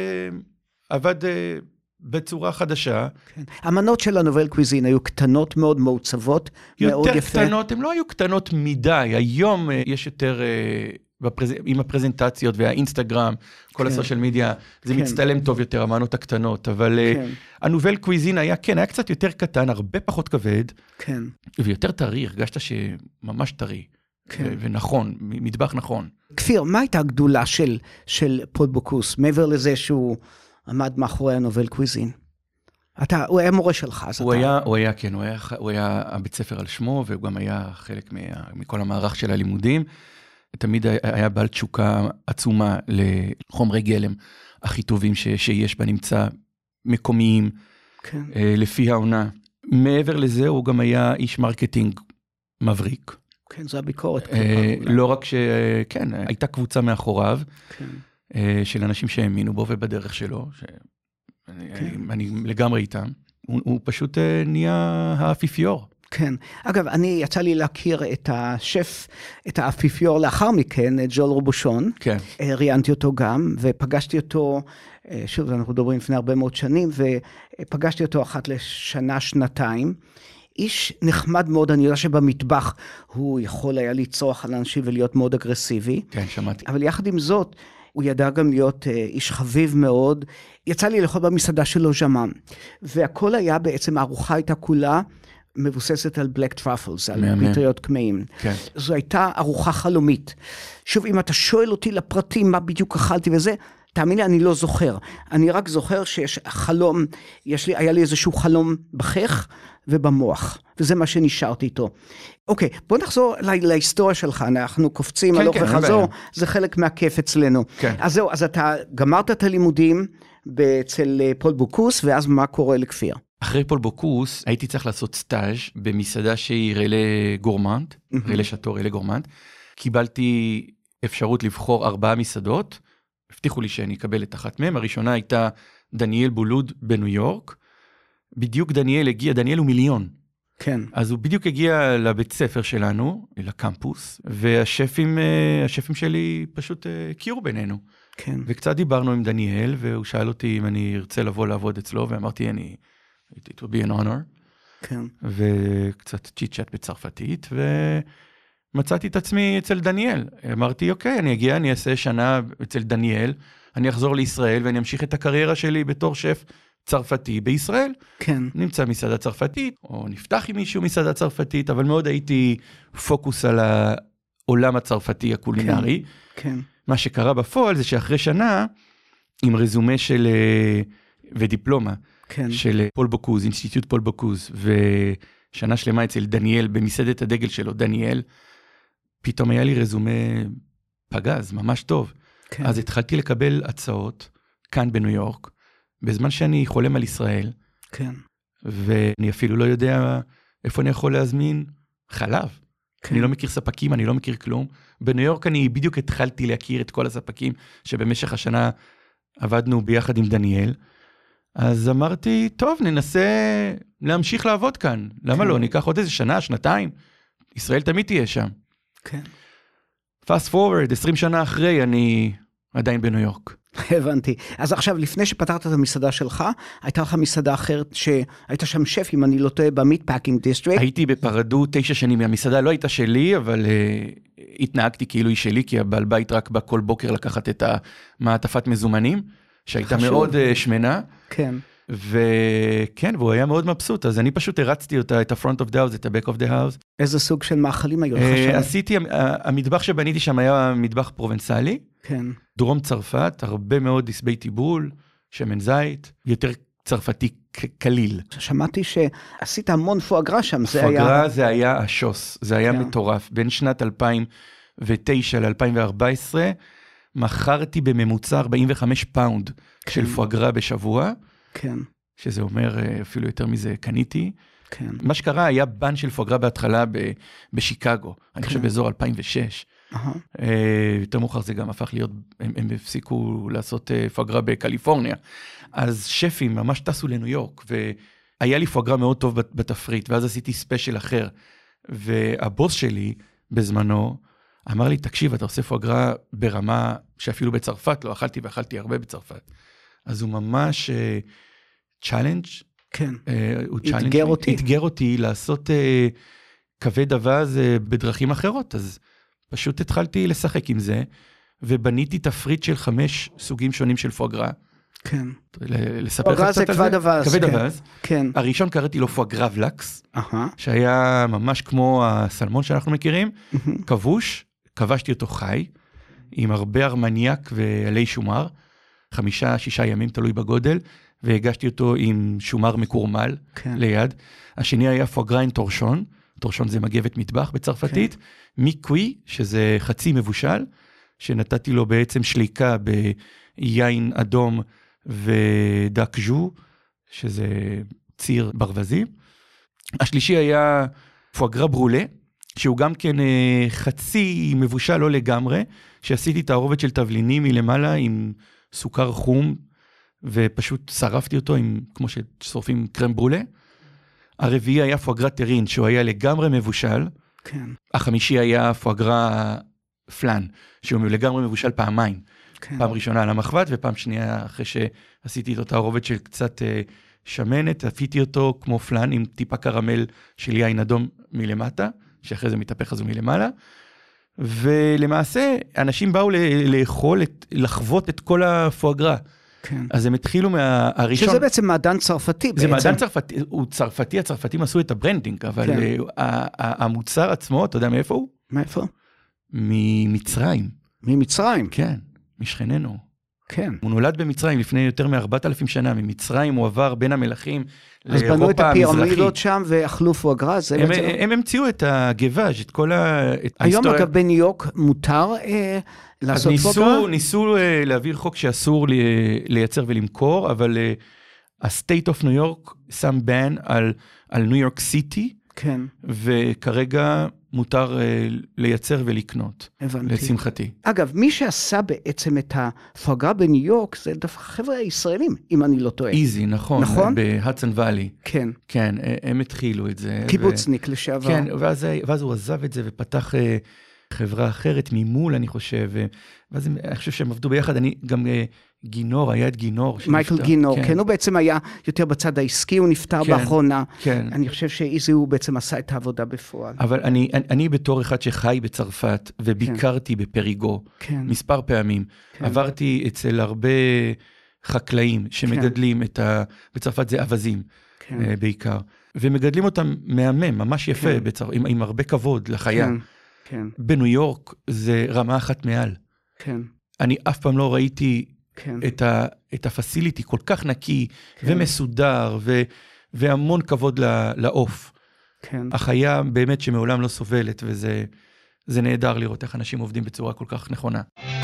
עבד... אה, בצורה חדשה. כן. המנות של הנובל קוויזין היו קטנות מאוד, מעוצבות, מאוד יפה. יותר קטנות, הן לא היו קטנות מדי. היום יש יותר, בפרז... עם הפרזנטציות והאינסטגרם, כל כן. הסושיאל מדיה, זה כן. מצטלם טוב יותר, המנות הקטנות, אבל כן. הנובל קוויזין היה, כן, היה קצת יותר קטן, הרבה פחות כבד, כן. ויותר טרי, הרגשת שממש טרי, כן. ו- ונכון, מטבח נכון. כפיר, מה הייתה הגדולה של, של פול בוקוז, מעבר לזה שהוא... עמד מאחורי הנובל קוויזין. אתה, הוא היה מורה שלך, אז הוא אתה... היה, הוא היה, כן, הוא היה, הוא היה הבית ספר על שמו, והוא גם היה חלק מה, מכל המערך של הלימודים. תמיד היה בעל תשוקה עצומה לחומרי גלם הכי טובים ש, שיש בנמצא, מקומיים, כן. לפי העונה. מעבר לזה, הוא גם היה איש מרקטינג מבריק. כן, זו הביקורת. לא רק ש... כן, הייתה קבוצה מאחוריו. כן. של אנשים שהאמינו בו ובדרך שלו, שאני כן. אני, אני לגמרי איתם, הוא, הוא פשוט נהיה האפיפיור. כן. אגב, אני יצא לי להכיר את השף, את האפיפיור לאחר מכן, את ז'ול רובושון. כן. ראיינתי אותו גם, ופגשתי אותו, שוב, אנחנו מדברים לפני הרבה מאוד שנים, ופגשתי אותו אחת לשנה, שנתיים. איש נחמד מאוד, אני יודע שבמטבח הוא יכול היה לצרוח על אנשים ולהיות מאוד אגרסיבי. כן, שמעתי. אבל יחד עם זאת, הוא ידע גם להיות איש חביב מאוד. יצא לי לאכול במסעדה שלו ז'מן. והכל היה בעצם, הארוחה הייתה כולה מבוססת על בלק טראפלס, על פטריות קמאים. כן. זו הייתה ארוחה חלומית. שוב, אם אתה שואל אותי לפרטים מה בדיוק אכלתי וזה, תאמין לי, אני לא זוכר. אני רק זוכר שיש חלום, יש לי, היה לי איזשהו חלום בחך ובמוח, וזה מה שנשארתי איתו. אוקיי, בוא נחזור לה, להיסטוריה שלך, אנחנו קופצים, הלוך וחזור, זה חלק מהכיף אצלנו. כן. אז זהו, אז אתה גמרת את הלימודים אצל פול בוקוס, ואז מה קורה לכפיר? אחרי פול בוקוס, הייתי צריך לעשות סטאז' במסעדה שהיא רלה גורמנד, רלה שטו רלה גורמנד. קיבלתי אפשרות לבחור ארבעה מסעדות, הבטיחו לי שאני אקבל את אחת מהם, הראשונה הייתה דניאל בולוד בניו יורק, בדיוק דניאל הגיע, דניאל הוא מיליון. כן. אז הוא בדיוק הגיע לבית ספר שלנו, לקמפוס, והשפים, השפים שלי פשוט הכירו בינינו. כן. וקצת דיברנו עם דניאל, והוא שאל אותי אם אני ארצה לבוא לעבוד אצלו, ואמרתי, אני, it will be an honor. כן. וקצת צ'יט-צ'אט בצרפתית, ומצאתי את עצמי אצל דניאל. אמרתי, אוקיי, אני אגיע, אני אעשה שנה אצל דניאל, אני אחזור לישראל, ואני אמשיך את הקריירה שלי בתור שף צרפתי בישראל. כן. נמצא מסעדה צרפתית, או נפתח עם מישהו מסעדה צרפתית, אבל מאוד הייתי פוקוס על העולם הצרפתי הקולינרי. כן. כן. מה שקרה בפועל זה שאחרי שנה, עם רזומה של, ודיפלומה, כן. של פול בוקוז, אינסטיטוט פול בוקוז, ושנה שלמה אצל דניאל, במסעדת הדגל שלו, דניאל, פתאום היה לי רזומה פגז, ממש טוב. כן. אז התחלתי לקבל הצעות, כאן בניו יורק, בזמן שאני חולם על ישראל, כן. ואני אפילו לא יודע איפה אני יכול להזמין חלב. כן. אני לא מכיר ספקים, אני לא מכיר כלום. בניו יורק אני בדיוק התחלתי להכיר את כל הספקים, שבמשך השנה עבדנו ביחד עם דניאל. אז אמרתי, טוב, ננסה להמשיך לעבוד כאן. למה כן. לא? ניקח עוד איזה שנה, שנתיים. ישראל תמיד תהיה שם. כן. Fast forward, עשרים שנה אחרי, אני עדיין בניו יורק. הבנתי. אז עכשיו, לפני שפתרת את המסעדה שלך, הייתה לך מסעדה אחרת שהיית שם שף, אם אני לא טועה, במיטפאקינג דיסטריקט. הייתי בפרדו תשע שנים, המסעדה לא הייתה שלי, אבל uh, התנהגתי כאילו היא שלי, כי הבעל בית רק בא כל בוקר לקחת את המעטפת מזומנים, שהייתה חשוב. מאוד uh, שמנה. כן. וכן, והוא היה מאוד מבסוט, אז אני פשוט הרצתי אותה, את ה-front of the house, את ה-back of the house. איזה סוג של מאכלים היו לך שם? עשיתי, המטבח שבניתי שם היה מטבח פרובנסלי, כן. דרום צרפת, הרבה מאוד דסבי טיבול, שמן זית, יותר צרפתי קליל. שמעתי שעשית המון פואגרה שם, זה היה... פואגרה זה היה השוס, זה היה כן. מטורף. בין שנת אלפיים ותשע ל-אלפיים וארבע עשרה, מכרתי בממוצע ארבעים וחמישה פאונד כן. של פואגרה בשבוע, כן. שזה אומר אפילו יותר מזה, קניתי. כן. מה שקרה היה בן של פואגרה בהתחלה ב- בשיקגו, כן. אני חושב באזור אלפיים ושש. Uh-huh. יותר מאוחר זה גם הפך להיות, הם, הם הפסיקו לעשות פואגרה בקליפורניה. אז שפים ממש טסו לניו יורק, והיה לי פואגרה מאוד טוב בתפריט, ואז עשיתי ספיישל אחר. והבוס שלי בזמנו אמר לי, תקשיב, אתה עושה פואגרה ברמה שאפילו בצרפת, לא אכלתי ואכלתי הרבה בצרפת. אז הוא ממש צ'אלנג'. כן. הוא אתגר אותי. אתגר אותי לעשות כבד אווז בדרכים אחרות, אז פשוט התחלתי לשחק עם זה, ובניתי תפריט של חמש סוגים שונים של פואגרה. כן. לספר לך קצת על זה? כבד אווז. כבד אווז. כן. הראשון קראתי לו פואגרה ולקס, שהיה ממש כמו הסלמון שאנחנו מכירים, כבוש, כבשתי אותו חי, עם הרבה ארמניאק ועלי שומר, חמישה, שישה ימים, תלוי בגודל, והגשתי אותו עם שומר מקורמל ליד. השני היה פואגרה עם טורשון, טורשון זה מגבת מטבח בצרפתית, מיקוי, שזה חצי מבושל, שנתתי לו בעצם שליקה ביין אדום ודק ז'ו, שזה ציר ברווזי. השלישי היה פואגרה ברולה, שהוא גם כן חצי מבושל, לא לגמרי, שעשיתי את הערובת של תבלינים מלמעלה עם סוכר חום, ופשוט שרפתי אותו עם, כמו ששורפים קרם ברולה. הרביעי היה פואגרה טרין, שהוא היה לגמרי מבושל. כן. החמישי היה פואגרה פלן, שהוא לגמרי מבושל פעמיים. כן. פעם ראשונה על המחבת, ופעם שנייה אחרי שעשיתי את אותה ערובת של קצת אה, שמנת, עפיתי אותו כמו פלן, עם טיפה קרמל של יין אדום מלמטה, שאחרי זה מתהפך אז הוא מלמעלה. ולמעשה, אנשים באו לאכול, לחוות את כל הפואגרה. כן. אז הם התחילו מהראשון... שזה בעצם מעדן צרפתי. זה מעדן צרפתי, הוא צרפתי, הצרפתים עשו את הברנדינג, אבל כן. המוצר עצמו, אתה יודע מאיפה הוא? מאיפה? ממצרים. ממצרים? כן, משכננו. כן. הוא נולד במצרים לפני יותר מארבעת אלפים שנה, ממצרים הוא עבר בין המלכים לאירופה המזרחית. אז בנו את הפירמידות שם ואכלו פואגרה, זה הם, בעצם... הם המציאו את הגבאז', את כל ה... היום אגב בניו יורק מותר אה, לעשות ניסו, פואגרה? ניסו אה, להעביר חוק שאסור לי, לייצר ולמכור, אבל אה, ה-State of New York שם בן על, על ניו יורק סיטי, כן. וכרגע מותר uh, לייצר ולקנות. הבנתי. לשמחתי. אגב, מי שעשה בעצם את הפואגרה בניו יורק, זה דווקא חבר'ה הישראלים, אם אני לא טועה. איזי, נכון. נכון? בהדסון ואלי. כן. כן, הם התחילו את זה. קיבוצניק ו... לשעבר. כן, ואז, ואז הוא עזב את זה ופתח uh, חברה אחרת ממול, אני חושב. ואז אני חושב שהם עבדו ביחד. אני גם... Uh, גינור, היה את גינור. מייקל גינור, כן. כן, הוא בעצם היה יותר בצד העסקי, הוא נפטר כן, באחרונה. כן. אני חושב שאיזי הוא בעצם עשה את העבודה בפועל. אבל אני, אני, אני בתור אחד שחי בצרפת, וביקרתי כן. בפריגו, כן. מספר פעמים, כן. עברתי אצל הרבה חקלאים שמגדלים כן. את ה... בצרפת זה אבזים, כן. בעיקר, ומגדלים אותם מהמם, ממש יפה, כן. בצר... עם, עם הרבה כבוד לחיה. כן. כן. בניו יורק זה רמה אחת מעל. כן. אני אף פעם לא ראיתי... כן. את ה, את הפסיליטי כל כך נקי כן. ומסודר ו, והמון כבוד לעוף. כן. החיה באמת שמעולם לא סובלת, וזה זה נהדר לראות איך אנשים עובדים בצורה כל כך נכונה.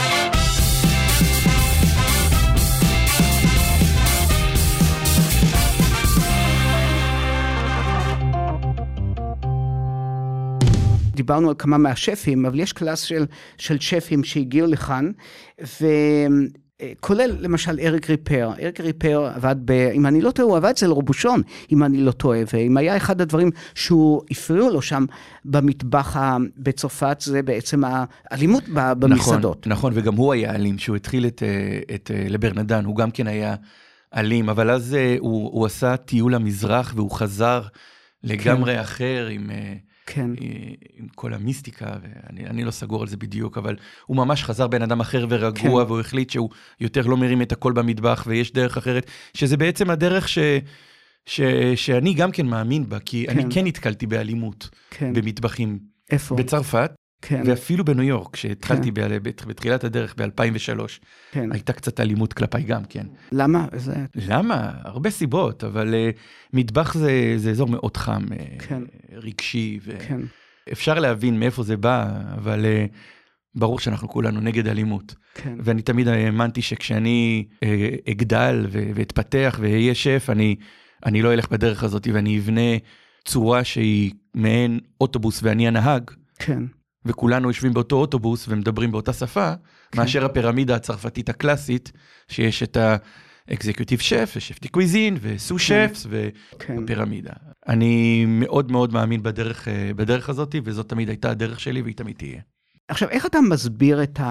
דיברנו על כמה מהשפים, אבל יש קלאס של, של שפים שהגיעו לכאן, ו... כולל למשל אריק ריפר, אריק ריפר עבד ב... אם אני לא טועה, הוא עבד אצל רובושון, אם אני לא טועה, ואם היה אחד הדברים שהוא הפריעו לו שם במטבח בצרפת, זה בעצם האלימות במסעדות. נכון, נכון, וגם הוא היה אלים, שהוא התחיל את, את לברנדן, הוא גם כן היה אלים, אבל אז הוא, הוא עשה טיול למזרח, והוא חזר לגמרי כן. אחר, עם, כן. עם כל המיסטיקה, ואני אני לא סגור על זה בדיוק, אבל הוא ממש חזר בן אדם אחר ורגוע, כן. והוא החליט שהוא יותר לא מרים את הכל במטבח, ויש דרך אחרת, שזה בעצם הדרך ש... ש... שאני גם כן מאמין בה, כי כן. אני כן התקלתי באלימות, כן. במטבחים. איפה? בצרפת, כן. ואפילו בניו יורק, שהתחלתי כן. ב... בתחילת הדרך ב-אלפיים ושלוש, כן. הייתה קצת אלימות כלפיי גם, כן. למה? זה... למה? הרבה סיבות, אבל uh, מטבח זה, זה אזור מאוד חם, כן. uh, רגשי, ואפשר כן. להבין מאיפה זה בא, אבל uh, ברור שאנחנו כולנו נגד אלימות. כן. ואני תמיד האמנתי שכשאני uh, אגדל ו- ואתפתח ואהיה שף, אני, אני לא אלך בדרך הזאת, ואני אבנה צורה שהיא מעין אוטובוס ואני הנהג, כן. וכולנו יושבים באותו אוטובוס ומדברים באותה שפה, כן. מאשר הפירמידה הצרפתית הקלאסית, שיש את האקזקיוטיב שף, ושף די קוויזין, וסו שפס, כן. ופירמידה. אני מאוד מאוד מאמין בדרך, בדרך הזאת, וזאת תמיד הייתה הדרך שלי, והיא תמיד תהיה. עכשיו, איך אתה מסביר את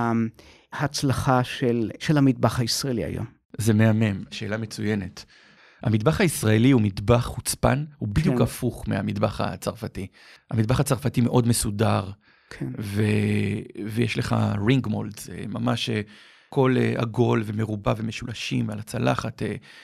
ההצלחה של, של המטבח הישראלי היום? זה מהמם, שאלה מצוינת. המטבח הישראלי הוא מטבח חוצפן, הוא בדיוק כן. הפוך מהמטבח הצרפתי. המטבח הצרפתי מאוד מסודר, כן. ו... ויש לך רינג מולד, זה ממש כל עגול ומרובע ומשולשים על הצלחת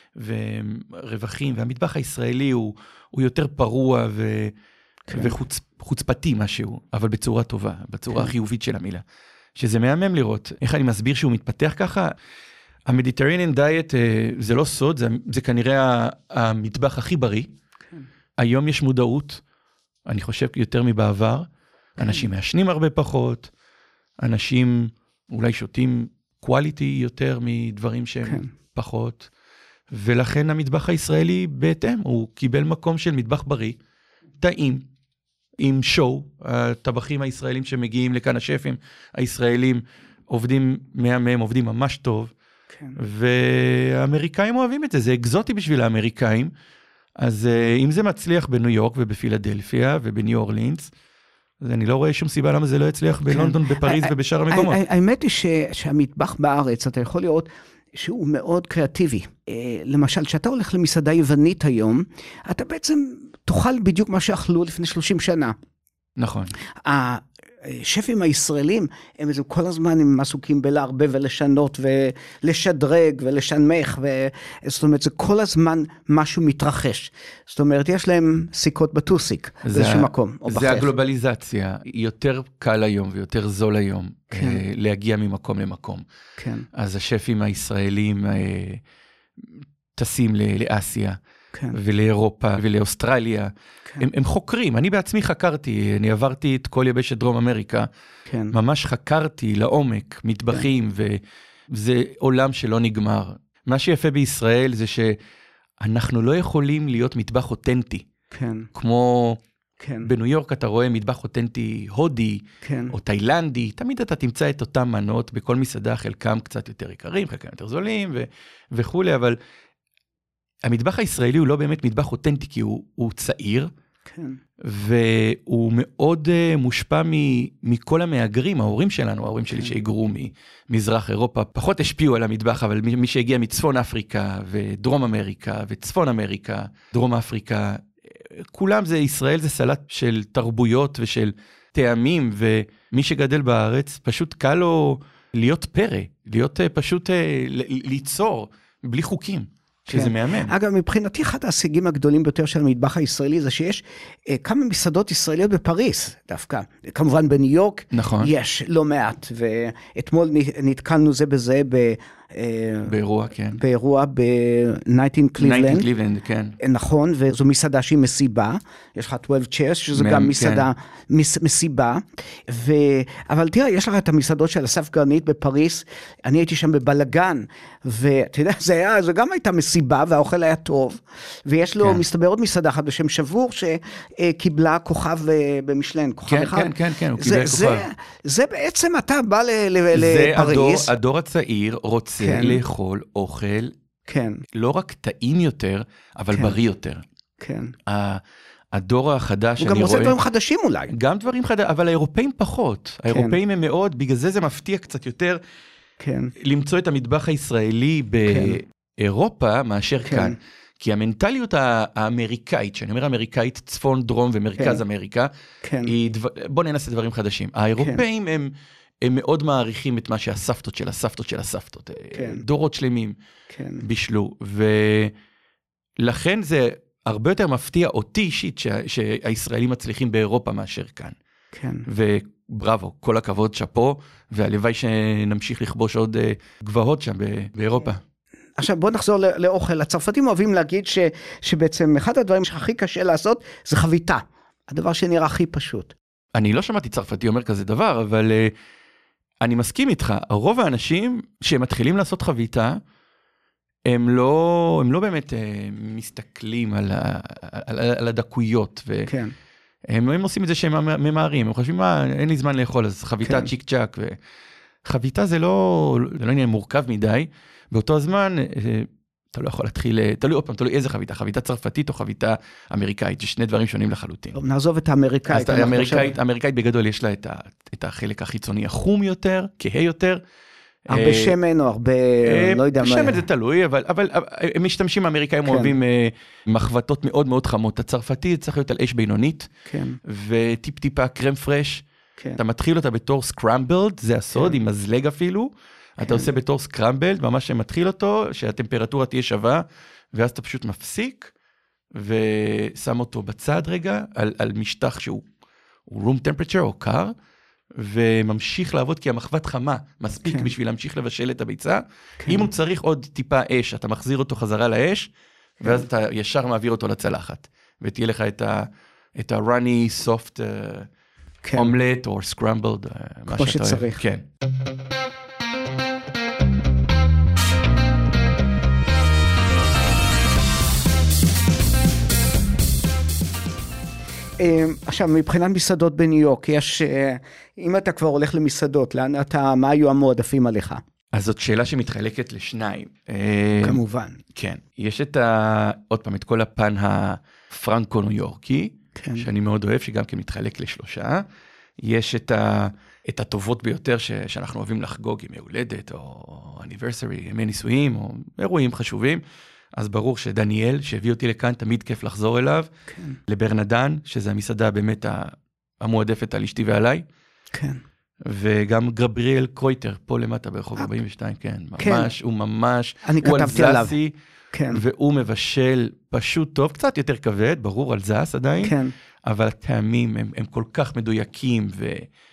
ורווחים, והמטבח הישראלי הוא, הוא יותר פרוע ו... כן. וחוצפתי משהו, אבל בצורה טובה, בצורה כן. החיובית של המילה. שזה מהמם לראות. איך אני מסביר שהוא מתפתח ככה? המדיטרניאן דיאט זה לא סוד, זה, זה כנראה המטבח הכי בריא. כן. היום יש מודעות, אני חושב יותר מבעבר, כן. אנשים מעשנים הרבה פחות, אנשים אולי שותים quality יותר מדברים שהם כן. פחות, ולכן המטבח הישראלי בהתאם, הוא קיבל מקום של מטבח בריא, טעים, עם שואו, הטבחים הישראלים שמגיעים לכאן, השפים הישראלים עובדים מהמם, עובדים ממש טוב, כן. והאמריקאים אוהבים את זה, זה אקזוטי בשביל האמריקאים, אז אם זה מצליח בניו יורק ובפילדלפיה ובניו אורלינס, אז אני לא רואה שום סיבה למה זה לא יצליח בלונדון, בפריז ובשאר המקומות. האמת היא שהמטבח בארץ, אתה יכול לראות שהוא מאוד קריאטיבי. למשל, כשאתה הולך למסעדה יוונית היום, אתה בעצם תאכל בדיוק מה שאכלו לפני שלושים שנה. נכון. השפים הישראלים, הם כל הזמן הם עסוקים בלהרבב ולשנות ולשדרג ולשנמך, זאת אומרת, זה כל הזמן משהו מתרחש. זאת אומרת, יש להם סיכות בטוסיק, באיזשהו מקום. זה הגלובליזציה, יותר קל היום ויותר זול היום, להגיע ממקום למקום. כן. אז השפים הישראלים טסים לאסיה, כן. ולאירופה ולאוסטרליה, כן. הם, הם חוקרים, אני בעצמי חקרתי, אני עברתי את כל יבשת דרום אמריקה, כן. ממש חקרתי לעומק, מטבחים, כן. וזה עולם שלא נגמר. מה שיפה בישראל זה שאנחנו לא יכולים להיות מטבח אותנטי, כן. כמו כן. בניו יורק אתה רואה מטבח אותנטי הודי, כן. או תאילנדי, תמיד אתה תמצא את אותם מנות בכל מסעדה, חלקם קצת יותר יקרים, חלקם יותר זולים ו- וכו', אבל המטבח הישראלי הוא לא באמת מטבח אותנטי, כי הוא, הוא צעיר, כן. והוא מאוד uh, מושפע מ- מכל המאגרים, ההורים שלנו, ההורים שלי כן. שהיגרו ממזרח אירופה, פחות השפיעו על המטבח, אבל מי, מי שהגיע מצפון אפריקה, ודרום אמריקה, וצפון אמריקה, דרום אפריקה, כולם זה, ישראל זה סלט של תרבויות ושל טעמים, ומי שגדל בארץ, פשוט קל לו להיות פרא, להיות uh, פשוט uh, ליצור, בלי חוקים. שזה מהמם. אגב, מבחינתי, אחד ההשיגים הגדולים ביותר של המטבח הישראלי, זה שיש אה, כמה מסעדות ישראליות בפריס, דווקא. כמובן בניו יורק, נכון. יש לא מעט, ואתמול נתקלנו זה בזה ב... באירוע, כן. באירוע ב-ניינטין קליבלנד. ניינטין קליבלנד, כן. נכון, וזו מסעדה שהיא מסיבה, יש לך שתים עשרה צ'יירס, שזו גם מסעדה, מס, מסיבה, ו... אבל תראה, יש לך את המסעדות של אסף גרנית בפריס, אני הייתי שם בבלגן, ואתה יודע, זה היה, זו גם הייתה מסיבה, והאוכל היה טוב, ויש לו, כן. מסתבר עוד מסעדה אחת בשם שבור, שקיבלה כוכב במשלן, כוכב כן, אחד. כן, כן, כן, הוא זה, קיבל זה, כוכב. זה בעצם, אתה בא ל, ל, זה לפריס. הדור, הדור הצעיר רוצה כן. לאכול אוכל, כן. לא רק טעים יותר, אבל כן. בריא יותר. כן. הדור החדש, הוא גם רוצה דברים חדשים אולי. גם דברים חדשים, אבל האירופאים פחות. כן. האירופאים הם מאוד, בגלל זה זה מפתיע קצת יותר, כן. למצוא את המטבח הישראלי באירופה, מאשר כן. כאן. כי המנטליות האמריקאית, שאני אומר אמריקאית, צפון, דרום ומרכז אמריקה, היא דבר, בוא ננסה דברים חדשים. האירופאים הם, הם מאוד מעריכים את מה שהסבתות של הסבתות של הסבתות, דורות שלמים בישלו, ולכן זה הרבה יותר מפתיע אותי אישית, שהישראלים מצליחים באירופה מאשר כאן. ובראבו, כל הכבוד, שפו, והלוואי שנמשיך לכבוש עוד גבוהות שם באירופה. עכשיו בוא נחזור לאוכל. הצרפתים אוהבים להגיד ש, שבעצם אחד הדברים שהכי קשה לעשות זה חביתה. הדבר שנראה הכי פשוט. אני לא שמעתי צרפתי אומר כזה דבר, אבל uh, אני מסכים איתך. רוב האנשים שמתחילים לעשות חביתה, הם לא, הם לא באמת uh, מסתכלים על, ה, על, על הדקויות. ו... כן. הם, הם עושים את זה שהם ממהרים. הם חושבים, מה, אין לי זמן לאכול, אז חביתה כן. צ'יק צ'ק. וחביתה זה לא, זה לא עניין מורכב מדי. באותו הזמן, אתה לא יכול להתחיל, תלוי עוד פעם, תלוי איזה חביתה, חביתה צרפתית או חביתה אמריקאית, זה שני דברים שונים לחלוטין. נעזוב את האמריקאית. אז האמריקאית, האמריקאית בגדול יש לה את, ה, את החלק החיצוני החום יותר, כהה יותר. הרבה שמן או הרבה, לא יודע מה. שמן זה תלוי, אבל, אבל הם משתמשים, האמריקאים אוהבים מחבטות מאוד מאוד חמות. הצרפתי צריך להיות על אש בינונית, וטיפ טיפה קרם פרש. אתה מתחיל אותה בתור סקרמבלד, זה הסוד, עם מזלג אפילו. אתה עושה בתור סקרמבלד, ממש שמתחיל אותו, שהטמפרטורה תהיה שווה, ואז אתה פשוט מפסיק, ושם אותו בצד רגע, על, על משטח שהוא room temperature או קר, וממשיך לעבוד, כי המחבת חמה מספיק כן. בשביל להמשיך לבשל את הביצה. כן. אם הוא צריך עוד טיפה אש, אתה מחזיר אותו חזרה לאש, כן. ואז אתה ישר מעביר אותו לצלחת, ותהיה לך את ה, את ה-runny, soft כן. omelette, או scrambled, כמו שצריך. כן. עכשיו, מבחינת מסעדות בניו יורק, יש, אם אתה כבר הולך למסעדות, לאן אתה, מה היו המועדפים עליך? אז זאת שאלה שמתחלקת לשניים. כמובן. כן. יש את ה, עוד פעם, את כל הפן הפרנקו-ניו יורקי, כן. שאני מאוד אוהב, שגם כן מתחלק לשלושה. יש את ה, את הטובות ביותר ש, שאנחנו אוהבים לחגוג, עם הולדת, או אניברסרי, ימי נישואים, או אירועים חשובים. אז ברור שדניאל, שהביא אותי לכאן, תמיד כיף לחזור אליו, כן. לברנדן, שזה המסעדה באמת המועדפת על אשתי ועליי, כן. וגם גבריאל קרויטר, פה למטה ברחוב ארבעים ושתיים, כן, ממש, כן. הוא ממש, אני הוא כתבתי עליו, כן. והוא מבשל פשוט טוב, קצת יותר כבד, ברור, על זס עדיין, כן. אבל הטעמים הם, הם כל כך מדויקים, ו...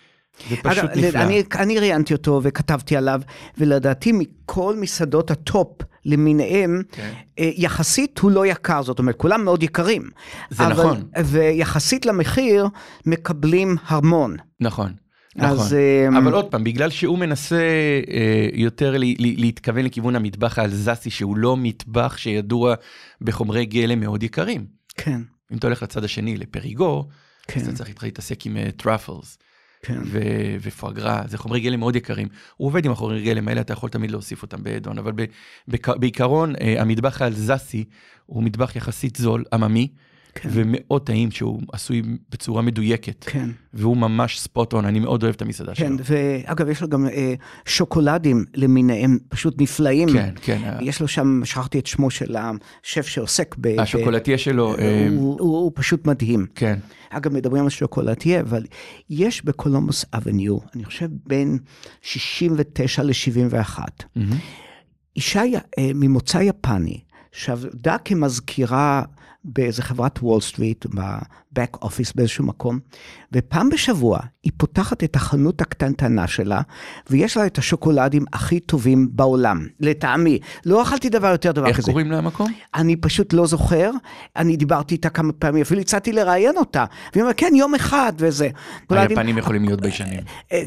זה פשוט אגב, נפלא. אני, אני ראיינתי אותו וכתבתי עליו, ולדעתי מכל מסעדות הטופ למיניהם, כן. יחסית הוא לא יקר, זאת אומרת, כולם מאוד יקרים. זה אבל, נכון. ויחסית למחיר מקבלים הרמון. נכון. נכון. אז, אבל עוד פעם, בגלל שהוא מנסה אה, יותר לי, לי, להתכוון לכיוון המטבח האלזסי, שהוא לא מטבח שידוע בחומרי גלם מאוד יקרים. כן. אם אתה הולך לצד השני, לפריגו, כן. אז אתה צריך להתעסק עם טראפלס. כן. ו- ופואגרה, זה חומרי גלם מאוד יקרים. הוא עובד עם החומרי גלם האלה, אתה יכול תמיד להוסיף אותם בעדון, אבל ב- ב- בעיקרון, המטבח האלזסי הוא מטבח יחסית זול, עממי, כן. ומאוד טעים שהוא עשוי בצורה מדויקת. כן. והוא ממש ספוט-און, אני מאוד אוהב את המסעדה כן, שלו. ואגב, יש לו גם אה, שוקולדים למיניהם, פשוט נפלאים. כן, כן. יש לו שם, שכחתי את שמו של השף שעוסק ב... השוקולטיה שלו. אה, הוא, הוא, הוא פשוט מדהים. כן. אגב, מדברים על שוקולטיה, אבל יש בקולומבוס אבניו, אני חושב בין שישים ותשע ל-שבעים ואחת, mm-hmm. אישה אה, ממוצא יפני, שעבדה כמזכירה באיזה חברת וול סטריט, בבק אופיס באיזשהו מקום, ופעם בשבוע היא פותחת את החנות הקטנטנה שלה, ויש לה את השוקולדים הכי טובים בעולם, לטעמי. לא אכלתי דבר יותר דבר איך כזה. איך קוראים לה המקום? אני פשוט לא זוכר, אני דיברתי איתה כמה פעמים, אפילו הצעתי לראיין אותה, והיא אומרת, כן, יום אחד וזה. היפנים יכולים להיות ביישנים.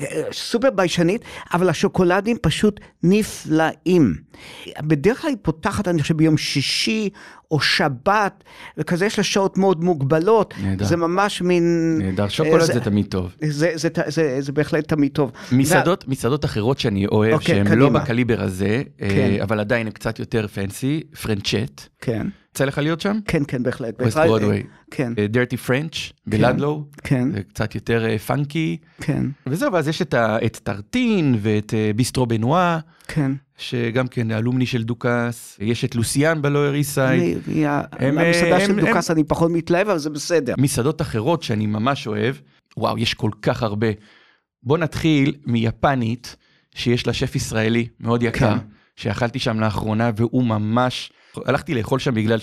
סופר ביישנית, אבל השוקולדים פשוט נפלאים. בדרך כלל היא פותחת, אני חושב, ביום שישי או שבת, וכזה יש לה שעות מאוד מוגבלות. נהדר. זה ממש מין... נהדר, שוקולד זה, זה תמיד טוב. זה, זה, זה, זה, זה בהחלט תמיד טוב. מסעדות, ו... מסעדות אחרות שאני אוהב, אוקיי, שהן לא בקליבר הזה, כן. אבל עדיין הן קצת יותר פנסי, פרנצ'ט. כן. יצא לך להיות שם? כן, כן, בהחלט. ווסט ברודווי. כן. דירטי פרנץ' בלדלו. כן. זה קצת יותר פאנקי. כן. וזהו, ואז יש את טרטין ואת ביסטרו בנואה. כן. שגם כן אלומני של דוקאס. יש את לוסיאן בלואר איסייד. המסעדה של דוקאס אני פחות מתלהב, אבל זה בסדר. מסעדות אחרות שאני ממש אוהב. וואו, יש כל כך הרבה. בוא נתחיל מיפנית, שיש לה שף ישראלי מאוד יקר. שאכלתי שם לאחרונה, והוא ממש, הלכתי לאכול שם בגלל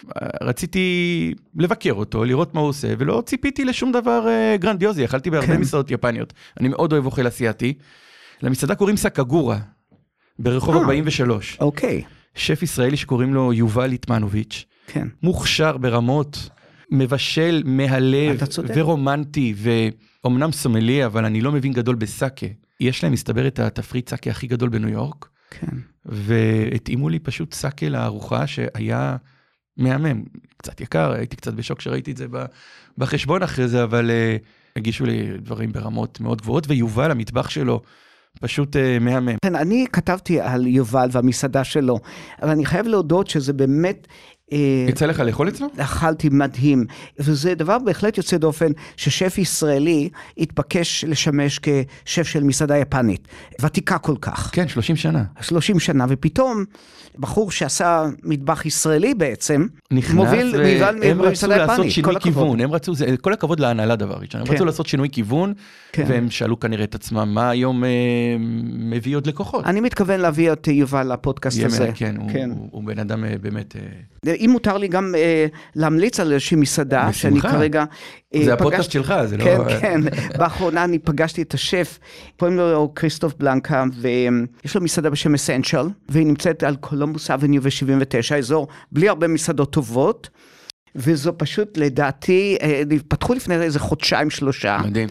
שרציתי לבקר אותו, לראות מה הוא עושה, ולא ציפיתי לשום דבר גרנדיוזי, אכלתי בהרבה מסעדות יפניות, אני מאוד אוהב אוכל אסיאתי, למסעדה קוראים סקגורה, ברחוב ארבעים ושלוש, אוקיי. שף ישראלי שקוראים לו יובל ליטמנוביץ', כן. מוכשר ברמות, מבשל מהלב, ורומנטי, ואומנם סומלי, אבל אני לא מבין גדול בסאקה, יש להם מסתבר את התפריט סאקה הכי גדול בניו יורק, כן. והתאימו לי פשוט סאקה לארוחה שהיה מהמם, קצת יקר, הייתי קצת בשוק שראיתי את זה בחשבון אחרי זה, אבל uh, הגישו לי דברים ברמות מאוד גבוהות, ויובל, המטבח שלו, פשוט uh, מהמם. כן, אני כתבתי על יובל והמסעדה שלו, אבל אני חייב להודות שזה באמת... יצא לך לאכול אצלו? אכלתי מדהים, וזה דבר בהחלט יוצא דופן, ששף ישראלי התבקש לשמש כשף של מסעדה יפנית, ותיקה כל כך. כן, שלושים שנה. שלושים שנה, ופתאום בחור שעשה מטבח ישראלי בעצם, נכנס, מוביל והם רצו לעשות שינוי כיוון, הם רצו, זה, כל הכבוד להנהלה דבר ראשון, הם כן. רצו לעשות שינוי כיוון, כן. והם שאלו כנראה את עצמם, מה היום אה, מביא עוד לקוחות? אני מתכוון להביא את יובל לפודקאסט ימי, הזה. כן, כן. הוא, הוא, הוא בן אדם אה, באמת... אה... אם מותר לי גם אה, להמליץ על איזושהי מסעדה, שאני כרגע... אה, זה הפודקאסט שלך, זה כן, לא... כן, כן. באחרונה אני פגשתי את השף, קוראים לו כריסטוף בלנקה, ויש לו מסעדה בשם אסנצ'ל, והיא נמצאת על קולומבוס אבניו ו-שבעים ותשע, אזור בלי הרבה מסעדות טובות, וזו פשוט לדעתי, פתחו לפני איזה חודשיים שלושה. מדהים.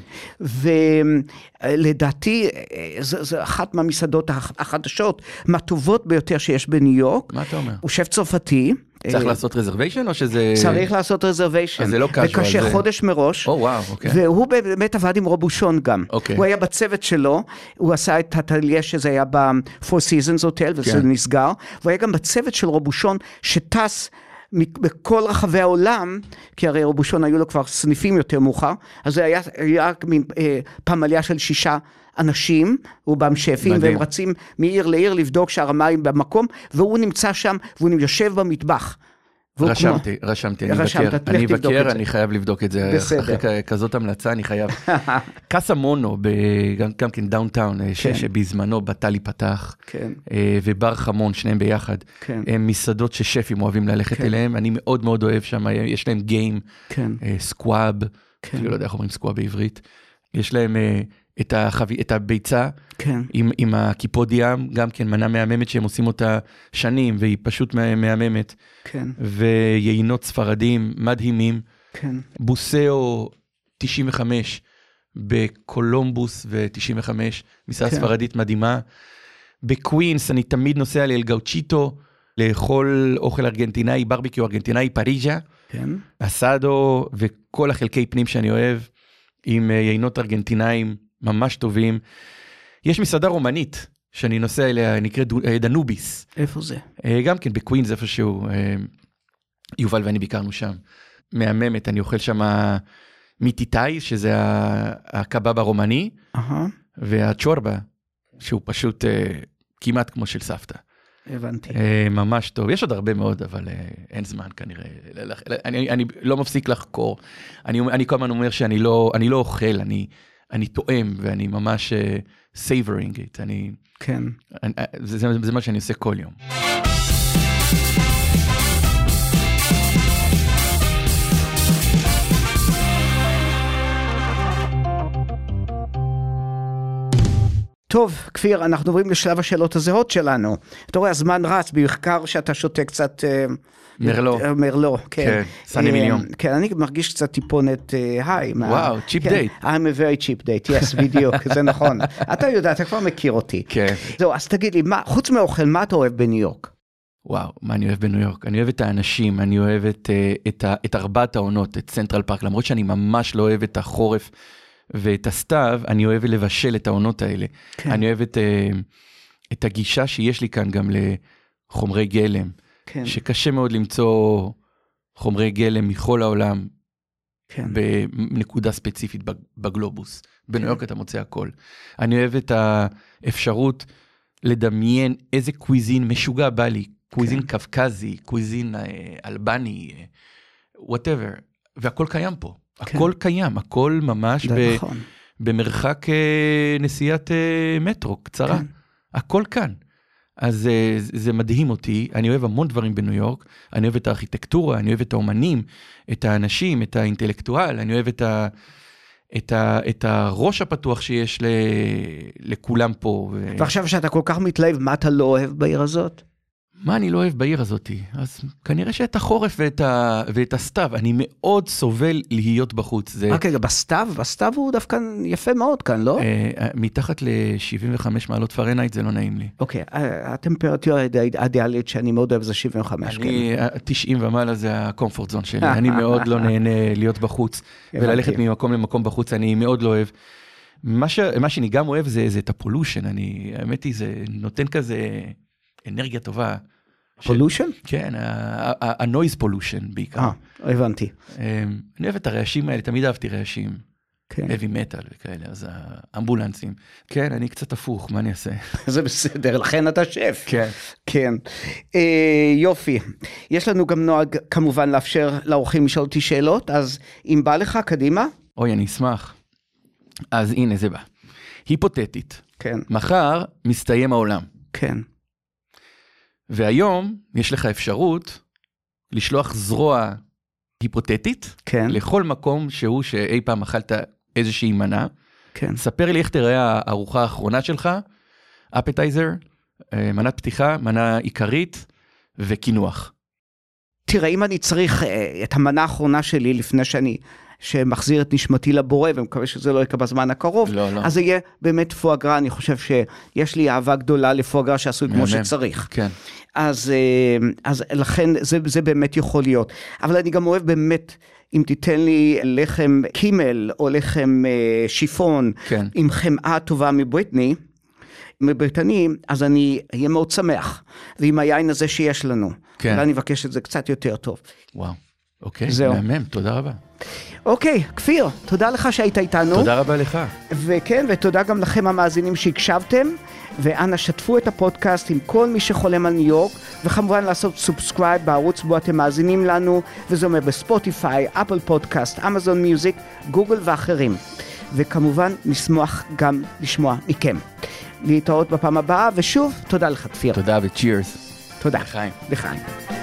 ולדעתי, זו, זו אחת מהמסעדות החדשות, מהטובות ביותר שיש בניו יורק. מה אתה אומר? הוא שף צרפתי. צריך לעשות רזרוויישן או שזה... צריך לעשות רזרוויישן. אז זה לא קשור. וקשה זה... חודש מראש. או וואו, אוקיי. והוא באמת עבד עם רובושון גם. אוקיי. הוא היה בצוות שלו, הוא עשה את התליה שזה היה ב-Four Seasons Hotel, וזה כן. נסגר. והוא היה גם בצוות של רובושון שטס... בכל רחבי העולם, כי הרי רובושון היו לו כבר סניפים יותר מאוחר, אז זה היה, היה מין אה, פמליה של שישה אנשים, רובם שפים, והם רצים מעיר לעיר לבדוק שהרמה היא במקום, והוא נמצא שם, והוא יושב במטבח. רשמתי, כמו... רשמתי, אני אבקר, אני אבקר, אני חייב לבדוק את זה, בסדר. אחרי כזאת המלצה אני חייב. קאסה מונו, גם, גם כן דאונטאון, כן. שבזמנו בטלי פתח, כן. ובר חמון, שניהם ביחד, כן. הם מסעדות ששפים אוהבים ללכת כן. אליהם, אני מאוד מאוד אוהב שם, יש להם גיים, כן. סקוואב, כן. אני לא יודע איך אומרים סקוואב בעברית, יש להם את, החבי, את הביצה, כן. עם, עם הכיפוד ים, גם כן מנה מהממת שהם עושים אותה שנים, והיא פשוט מהממת, כן. ויינות ספרדים מדהימים, כן. בוסאו תשעים וחמש, בקולומבוס ו-תשעים וחמש, מסעדה כן. ספרדית מדהימה, בקווינס אני תמיד נוסע לאל גאוצ'יטו, לאכול אוכל ארגנטינאי, ברביקיו ארגנטינאי, פריג'ה, כן. אסאדו, וכל החלקי פנים שאני אוהב, עם יינות ארגנטינאים ממש טובים. יש מסעדה רומנית שאני נוסע אליה, נקראת דנוביס. איפה זה? גם כן בקווינס איפשהו, יובל ואני ביקרנו שם. מהממת, אני אוכל שם מיטיטאי, שזה הקבב הרומני, והצ'ורבה, שהוא פשוט כמעט כמו של סבתא. הבנתי. ממש טוב. יש עוד הרבה מאוד, אבל אין זמן כנראה. אני, אני לא מפסיק לחקור. אני, אני כל הזמן אומר שאני לא, אני לא אוכל, אני, אני טועם, ואני ממש savoring it. אני, כן. אני, זה, זה, זה מה שאני עושה כל יום. טוב, כפיר, אנחנו עוברים לשלב השאלות הזהות שלנו. אתה רואה, הזמן רץ, במחקר שאתה שותה קצת... מרלו. מרלו, כן. כן, סני מיליון. כן, אני מרגיש קצת טיפונת היי. וואו, צ'יפ דייט. I'm a very cheap date, yes, בדיוק, זה נכון. אתה יודע, אתה כבר מכיר אותי. כן. זהו, אז תגיד לי, חוץ מאוכל, מה אתה אוהב בניו יורק? וואו, מה אני אוהב בניו יורק? אני אוהב את האנשים, אני אוהב את, את, את ארבעת העונות, את סנטרל פארק, למרות שאני ממש לא אוהב את החורף ואת הסתיו, אני אוהב לבשל את העונות האלה. כן. אני אוהב את, את הגישה שיש לי כאן גם לחומרי גלם, כן. שקשה מאוד למצוא חומרי גלם מכל העולם, כן. בנקודה ספציפית בגלובוס. בניו יורק אתה מוצא הכל. אני אוהב את האפשרות לדמיין איזה קוויזין משוגע בא לי, קוויזין כן. קווקזי, קוויזין אלבני, whatever, והכל קיים פה. כן. הכל קיים, הכל ממש ב... נכון. במרחק נסיעת מטרו קצרה. כן. הכל כאן. אז זה מדהים אותי, אני אוהב המון דברים בניו יורק, אני אוהב את הארכיטקטורה, אני אוהב את האומנים, את האנשים, את האינטלקטואל, אני אוהב את, ה, את, ה, את הראש הפתוח שיש ל, לכולם פה. ו... ועכשיו שאתה כל כך מתלהב, מה אתה לא אוהב בעיר הזאת? מה אני לא אוהב בעיר הזאת? אז כנראה שאת החורף ואת, ה, ואת הסתיו, אני מאוד סובל להיות בחוץ. זה... רק רגע, בסתיו? בסתיו הוא דווקא יפה מאוד כאן, לא? אה, מתחת ל-שבעים וחמש מעלות פרנהייט זה לא נעים לי. אוקיי, הטמפרטורה האידיאלית שאני מאוד אוהב זה שבעים וחמש. אני, תשעים ומעלה זה הקומפורט זון שלי, אני מאוד לא נהנה להיות בחוץ, וללכת ממקום למקום בחוץ, אני מאוד לא אוהב. מה שאני גם אוהב זה את הפולושן, האמת היא, זה נותן כזה אנרגיה טובה. פולושן? כן, הנויז פולושן בעיקר. אה, הבנתי. אני אוהב את הרעשים האלה, תמיד אהבתי רעשים. heavy metal וכאלה, אז האמבולנסים. כן, אני קצת הפוך, מה אני אעשה? זה בסדר, לכן אתה שף. כן. כן. יופי. יש לנו גם נוהג כמובן לאפשר לאורחים לשאול אותי שאלות, אז אם בא לך, קדימה. אוי, אני אשמח. אז הנה זה בא. היפותטית. כן. מחר מסתיים העולם. כן. והיום יש לך אפשרות לשלוח זרוע היפותטית, כן. לכל מקום שהוא שאי פעם אכלת איזושהי מנה. כן. ספר לי איך תראה הארוחה האחרונה שלך, אפטייזר, מנת פתיחה, מנה עיקרית וכינוח. תראה, אם אני צריך את המנה האחרונה שלי לפני שאני, שמחזיר את נשמתי לבורא, ומקווה שזה לא יקרה בזמן הקרוב, לא, לא. אז זה יהיה באמת פואגרה, אני חושב שיש לי אהבה גדולה לפואגרה שעשוי כמו שצריך. כן. אז, אז לכן זה, זה באמת יכול להיות. אבל אני גם אוהב באמת, אם תיתן לי לחם קימל, או לחם שיפון, כן. עם חמאה טובה מבריטני, מבריטני, אז אני אהיה מאוד שמח. ועם היין הזה שיש לנו. כן. ואני אבקש את זה קצת יותר טוב. וואו. אוקיי, זהו. מהמם, תודה רבה. אוקיי, כפיר, תודה לך שהיית איתנו. תודה רבה לך. וכן, ותודה גם לכם המאזינים שהקשבתם, ואנא שתפו את הפודקאסט עם כל מי שחולם על ניו יורק, וכמובן לעשות סובסקרייב בערוץ בו אתם מאזינים לנו, וזה אומר בספוטיפיי, אפל פודקאסט, אמזון מיוזיק, גוגל ואחרים. וכמובן נשמח גם לשמוע מכם. להתראות בפעם הבאה, ושוב, תודה לך כפיר. תודה וצ'ירס. תודה. לחיים. לחיים.